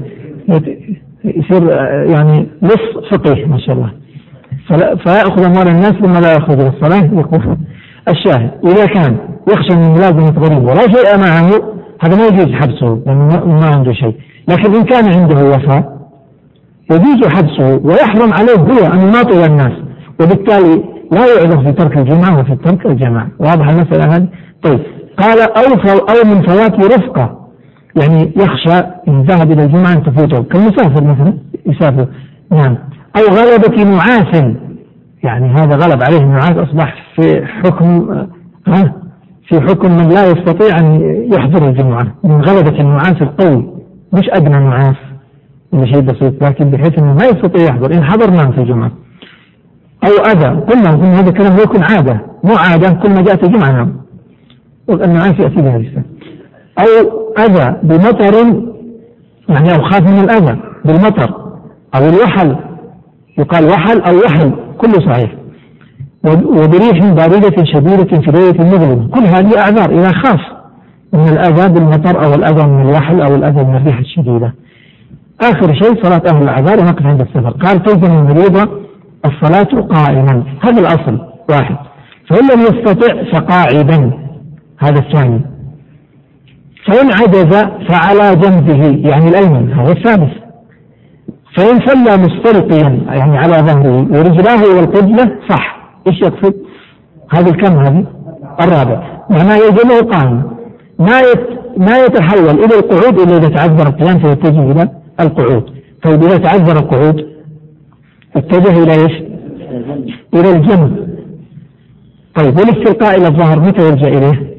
يصير يعني لص فقيه ما شاء الله، فيأخذ أموال الناس ثم لا يأخذ الصلاة. يقول الشاهد إذا كان يخشى من ملازمة غريب ولا شيء معه هذا ما يجوز حبسه لأنه ما عنده شيء. لكن إن كان عنده وفاء يجوز حبسه ويحرم عليه هو أن يماطل الناس، وبالتالي لا يعذر في ترك الجمعة وفي ترك الجماعة. واضح المسألة هذه؟ طيب قال أو من فوات رفقة، يعني يخشى إن ذهب إلى الجمعة أن تفوته كالمسافر مثلا يسافر. نعم. أو غلبة نعاس، يعني هذا غلب عليه النعاس أصبح في حكم من لا يستطيع أن يحضر الجمعة، من غلبة النعاس القوي، مش أدنى نعاس إلا شيء بسيط، لكن بحيث أنه ما يستطيع يحضر، إن حضر نام في الجمعة. أو أذى، قلنا هذا الكلام يكون عادة، مو عادة كل ما جاءت الجمعة نام، والنعاس يأتي بها الإنسان. أو أذى بمطر، يعني أو خاف من الأذى بالمطر، أو الوحل، يقال وحل أو وحل كله صحيح، وبريح باردة شديدة في ليلة مظلمة، كل هذه أعذار إذا خاف من الأذى بالمطر أو الأذى من الوحل أو الأذى من الريح الشديدة. آخر شيء صلاة أهل الأعذار ونقف عند السفر. قال تلزم المريضة الصلاة قائما، هذا الأصل واحد، فإن لم يستطع فقاعدا، هذا الثاني، فإن عجز فعلى جنبه يعني الأيمن، هذا الثالث، فإن صلى مستلقيا يعني على ظهره ورجلاه إلى القبلة صح. إيش يقصد؟ هذا الكم هذه الرابع، معناه يجمع قائم، ما يتحول إلى القعود إلا إذا تعذر القيام فيتجه إلى القعود. طيب إذا تعذر القعود اتجه إلى إيش؟ إلى الجنب. طيب والاستلقاء إلى الظهر متى يرجع إليه؟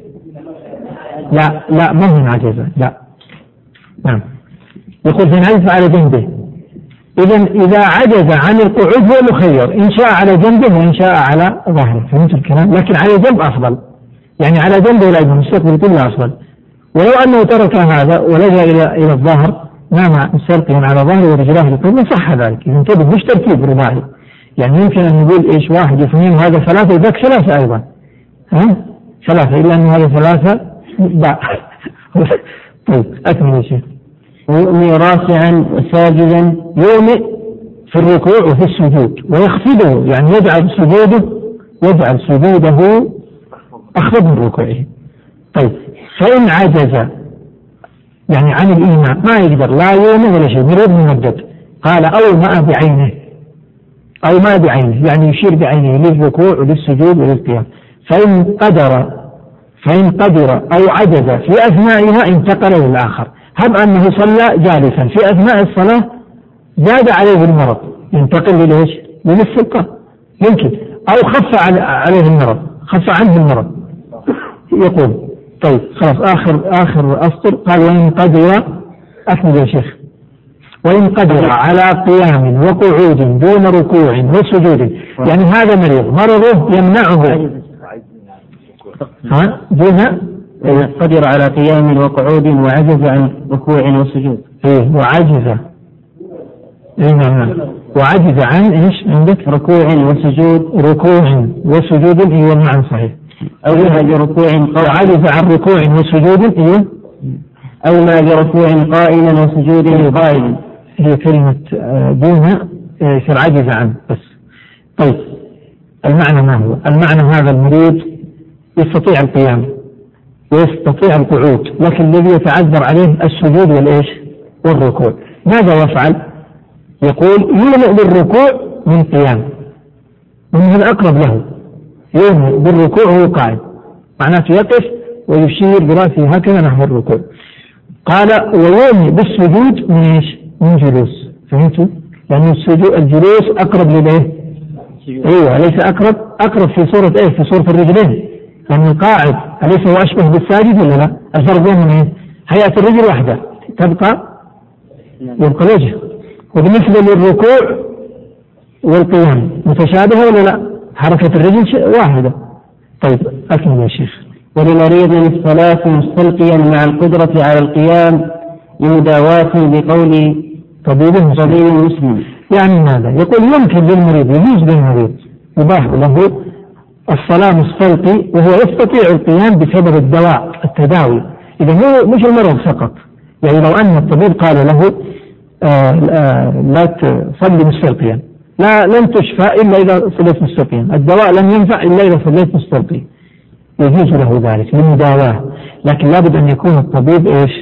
لا ما هو عجزة، لا. نعم. يقول فإن عجز على جنبه إذا عجز عن القعود هو مخير، إن شاء على جنبه وإن شاء على ظهره، فهمت الكلام؟ لكن على جنب أفضل، يعني على جنبه لا المستقبل كله أفضل. ولو أنه ترك هذا ولجأ إلى الظهر نام مستلقيا على ظهره ورجلاه للقبلة صح ذلك. إذا انتبه مش ترتيب رباعي، يعني يمكن أن نقول إيش 1 2 وهذا 3 وذاك 3 أيضا، ها 3 إلا أن هذا 3 باء. طيب أكمل يا شيخ. ويؤمي راسعا وساجدا، يؤمئ في الركوع وفي السجود، ويخفضه يعني يجعل سجوده أخفض من ركوعه. طيب فإن عجز يعني عن الإيماء ما يقدر لا يؤمئ ولا شيء، مريض ممدد، قال أو ما بعينه يعني يشير بعينه للركوع وللسجود وللقيام. فإن قدر أو عجز في أثنائها انتقل للآخر. هب أنه صلى جالسا في أثناء الصلاة زاد عليه المرض ينتقل للإيش؟ للسلطة يمكن، أو خف عنه المرض يقول. طيب خلاص آخر أسطر. قال وإن قدر، أكمل يا شيخ، وإن قدر على قيام وقعود دون ركوع وسجود، يعني هذا مرضه يمنعه وإن قدر على قيام وقعود وعجز عن ركوع وسجود. وعجز عن إيش عندك؟ ركوع وسجود هي المعنى صحيح. أو ما بركوع وعجز عن ركوع وسجود هي أو ما بركوع قائما وسجود قائما، هي كلمة دون يصير عجز عنه بس. طيب المعنى ما هو؟ المعنى هذا المريض يستطيع القيام ويستطيع القعود، لكن الذي يتعذر عليه السجود والركوع. ماذا يفعل؟ يقول يؤمئ بالركوع من قيام، ومن الأقرب له يؤمئ بالركوع وهو قاعد، معناته يقف ويشير برأسه هكذا نحو الركوع. قال ويؤمئ بالسجود من جلوس. فهمتوا؟ لأن الجلوس أقرب للإيه؟ أيوة ليس أقرب في صورة إيه؟ في صورة الرجلين، لأن القاعد أليس هو أشبه بالساجد ولا لا؟ الفرق بينهم إيه؟ هيئة الرجل واحدة يبقى الوجه، وبالنسبة للركوع والقيام متشابهة ولا لا؟ حركة الرجل واحدة. طيب أكمل يا شيخ. ولمريض الصلاة مستلقيا مع القدرة على القيام لمداواة بقول طبيب مسلم. يعني ماذا؟ يقول يمكن للمريض، يجوز للمريض يباح له الصلاة مستلقي وهو يستطيع القيام بسبب التداوي. إذا هو مش المرض فقط، يعني لو أن الطبيب قال له لا تصلي مستلقيا، لن تشفى إلا إذا صليت مستلقيا، الدواء لن ينفع إلا إذا صليت مستلقي، يجوز له ذلك للمداواة. لكن لابد أن يكون الطبيب إيش؟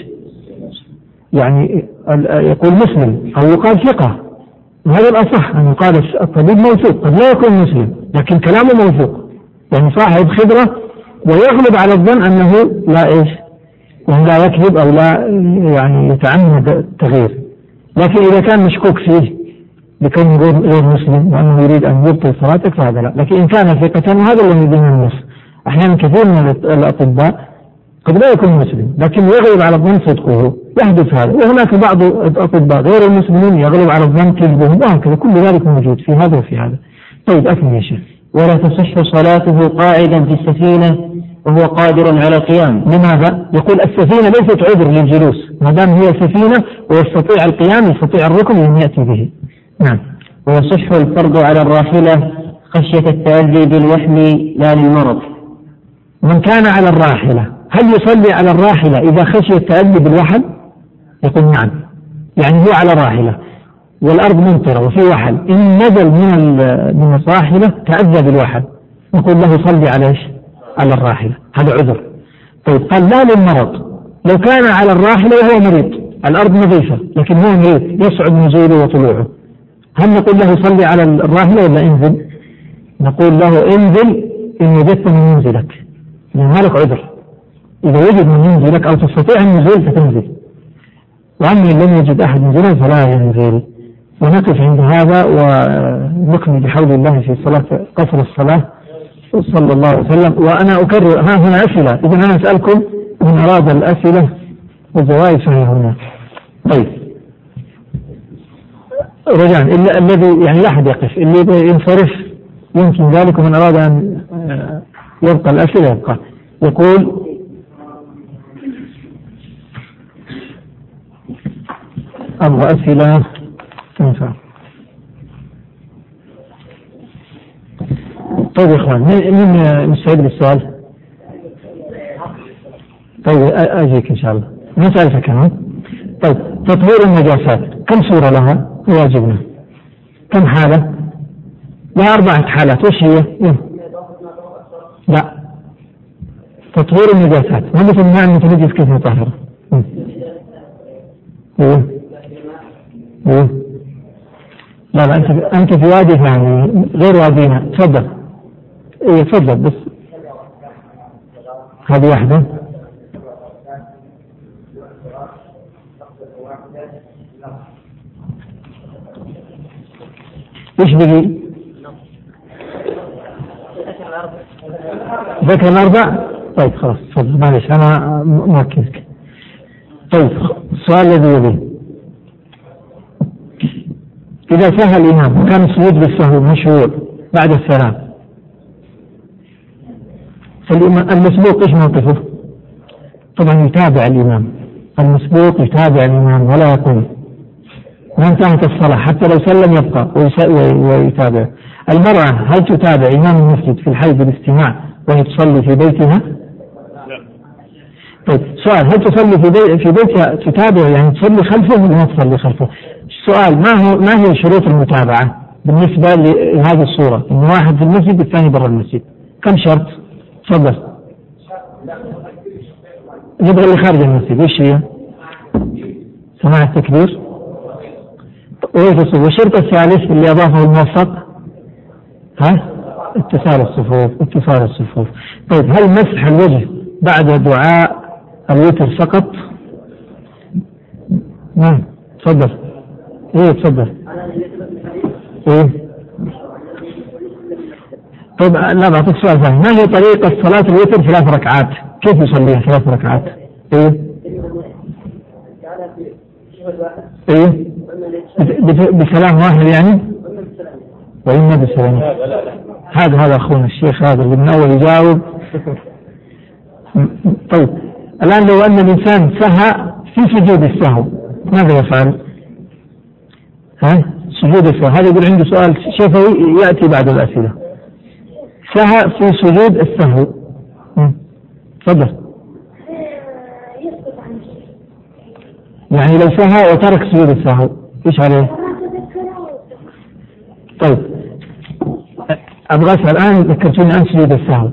يعني يقول مسلم أو يقال ثقة، وهذا الأصح أن يقال الطبيب موثوق، قد لا يكون مسلم لكن كلامه موثوق، يعني صاحب خبرة ويغلب على الظن أنه لا إيش؟ وأنه لا يكذب أو لا يعني يتعمد التغيير. لكن إذا كان مشكوك فيه بكونه غير مسلم وأنه يريد أن يبطل صلاتك فهذا لا. لكن إن كان ثقة، وهذا الذي يبين النص، أحيانا كثير من الأطباء قد لا يكون مسلم لكن يغلب على الظن صدقه، يحدث هذا. وهناك بعض الأطباء غير المسلمين يغلب على الظن كذبهم، وهكذا كل ذلك موجود في هذا وفي هذا. طيب أكمل يا شيخ. ولا تصح صلاته قاعدا في السفينة وهو قادر على القيام. لماذا؟ يقول السفينة ليست عذر للجلوس، ما دام هي سفينة ويستطيع القيام يستطيع الركن أن يأتي به. نعم. ويصح الفرض على الراحلة خشية التأذي بالوحم لا للمرض. من كان على الراحلة هل يصلي على الراحلة إذا خشي التأذي بالوحل؟ يقول نعم، يعني هو على راحلة والأرض ممطرة وفي وحل، إن نزل من الراحلة تأذى بالوحل نقول له صلي على الراحلة، هذا عذر. طيب قال لا للمرض، لو كان على الراحلة وهو مريض، الأرض نظيفة لكن هو مريض يصعب نزوله وطلوعه، هل نقول له صلي على الراحلة ولا انزل؟ نقول له انزل إن وجدت من منزلك، لأن لك عذر، إذا وجد من منزلك أو تستطيع النزول فتنزل، وأما إن لم يجد أحد منزلا فلا ينزل. ونقف عند هذا ونكمل بحول الله في صلاة قصر الصلاة صلى الله عليه وسلم. وأنا أكرر هنا أسئلة، إذا أنا أسألكم من أراد الأسئلة والجوائز فهي هنا. طيب رجعا إلا الذي يعني لا أحد يقف، اللي يبغى ينصرف يمكن ذلك، ومن أراد أن يبقى الأسئلة يبقى. يقول أبغى أسئلة تنفع. طيب يا إخوان، من مستعد للسؤال؟ طيب أجيك إن شاء الله، نسألك كمان. طيب تطهير النجاسات كم صورة لها واجبنا؟ كم حالة؟ لها 4 حالات، وش هي؟ لا، تطهير النجاسات ما مثل الماء المتنجس كيف نطهره؟ لا أنت في وادي ثاني غير وادينا، تفضل. إيه تفضل بس هذه واحدة. وش بقي؟ ذكر الأربع. طيب خلاص تفضل، معلش أنا مركزك. طيب السؤال الذي يليه، إذا سهى الإمام وكان السجود بالسهو مشهور بعد السلام، فالمسبوق إيش موقفه؟ طبعا يتابع الإمام، المسبوق يتابع الإمام ولا يقوم، ما انتهت الصلاة حتى لو سلم يبقى ويتابع. المرأة هل تتابع إمام المسجد في الحي بالاستماع وهي تصلي في بيتها؟ طيب سؤال، هل تصلي في بيتها تتابع يعني تصلي خلفه ولا ما تصلي خلفه؟ السؤال ما هي شروط المتابعة بالنسبة لهذه الصورة، إن واحد في المسجد والثاني برا المسجد؟ كم شرط؟ تفضل. نبغى اللي خارج المسجد، وش هي؟ سماع التكبير. والشرط الثالث اللي أضافه الموفق اتصال الصفوف. طيب هل مسح الوجه بعد دعاء الوتر فقط؟ نعم تفضل. تفضل. طيب لا، بعطيك سؤال ثاني، ما هي طريقة صلاة الوتر 3 ركعات؟ كيف يصليها 3 ركعات؟ بسلام واحد يعني؟ وإما بسلام. هذا أخونا الشيخ هذا اللي من أول يجاوب. طيب الآن لو أن الإنسان سهى في سجود السهو ماذا يفعل؟ سجود السهو هذا يقول عنده سؤال شفوي يأتي بعد الأسئلة. سهى في سجود السهو، تفضل. يعني لو سهى وترك سجود السهو إيش عليه؟ طيب أبغى أسأل الآن، ذكرتوني عن سجود السهو.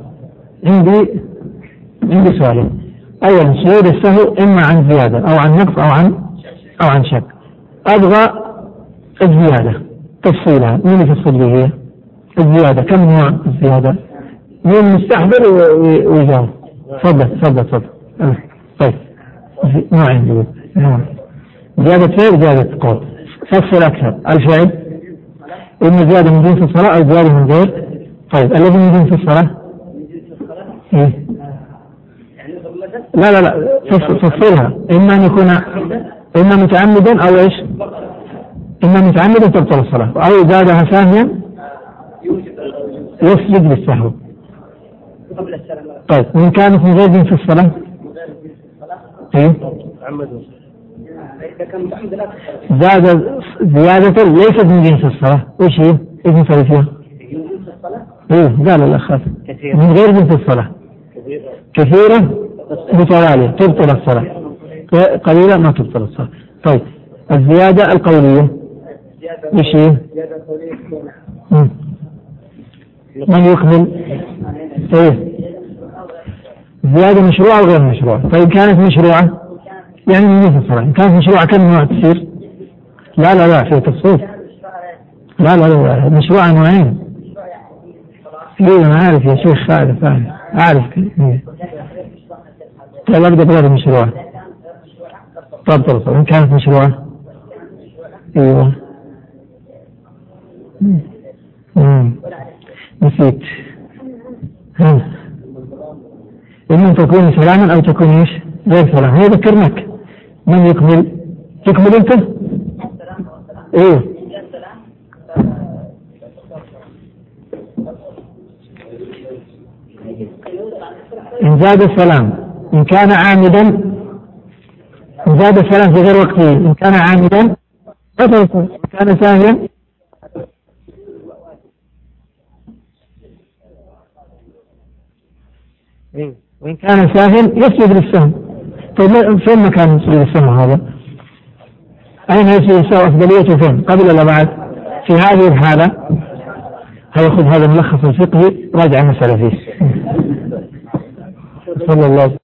عندي سؤالين. أولا سجود السهو إما عن زيادة أو عن نقص أو عن شك. أبغى الزيادة تفصيلها، مين يفصل لي هي الزيادة؟ كم نوع الزيادة؟ مين مستحضر ويجاوب؟ تفضل. طيب نوعين. زيادة فعل زيادة قول، فصل أكثر. الفعل إما زيادة من جنس الصلاة أو زيادة من غير. طيب الذي من جنس الصلاة لا تفصلها، إما أن يكون إما متعمدا أو إيش؟ إما متعمدا تبطل الصلاة، أو زادها ساهيا يسجد بالسهو. طيب وإن كانت من غير جنس الصلاة زيادة ليست من جنس الصلاة، وش هي؟ إيش نسوي فيها؟ قال الأخ من غير جنس الصلاة كثيرة متوالية تبطل الصلاة، قليلة ما تبطل الصلاة. طيب الزيادة القولية وش هي؟ من يكمل؟ زيادة مشروعة وغير مشروعة. طيب كانت مشروعة يعني من جنس الصلاة، إن كانت مشروعة كم نوع تصير؟ لا في تفصيل. لا مشروعة نوعين. أنا عارف يا شيخ، عارف. طيب أبدأ بغير مشروعة. طب إن كانت مشروعة أيوة نسيت. إما تكون سلاما أو تكون إيش؟ غير سلام. هي ذكرناك. من يكمل؟ تكمل أنت؟ إن زاد السلام إن كان عامدا، إن زاد السلام في غير وقته إن كان عامدا إن كان ساهيا وإن كان ساهل يسجد للسهو. طيب فين مكان يسجد للسهو هذا؟ أين يسجد للسهو؟ أفضليته فين؟ قبل ولا بعد؟ في هذه الحالة هيأخذ هذا الملخص الفقهي راجع مسألة فيه. صلى الله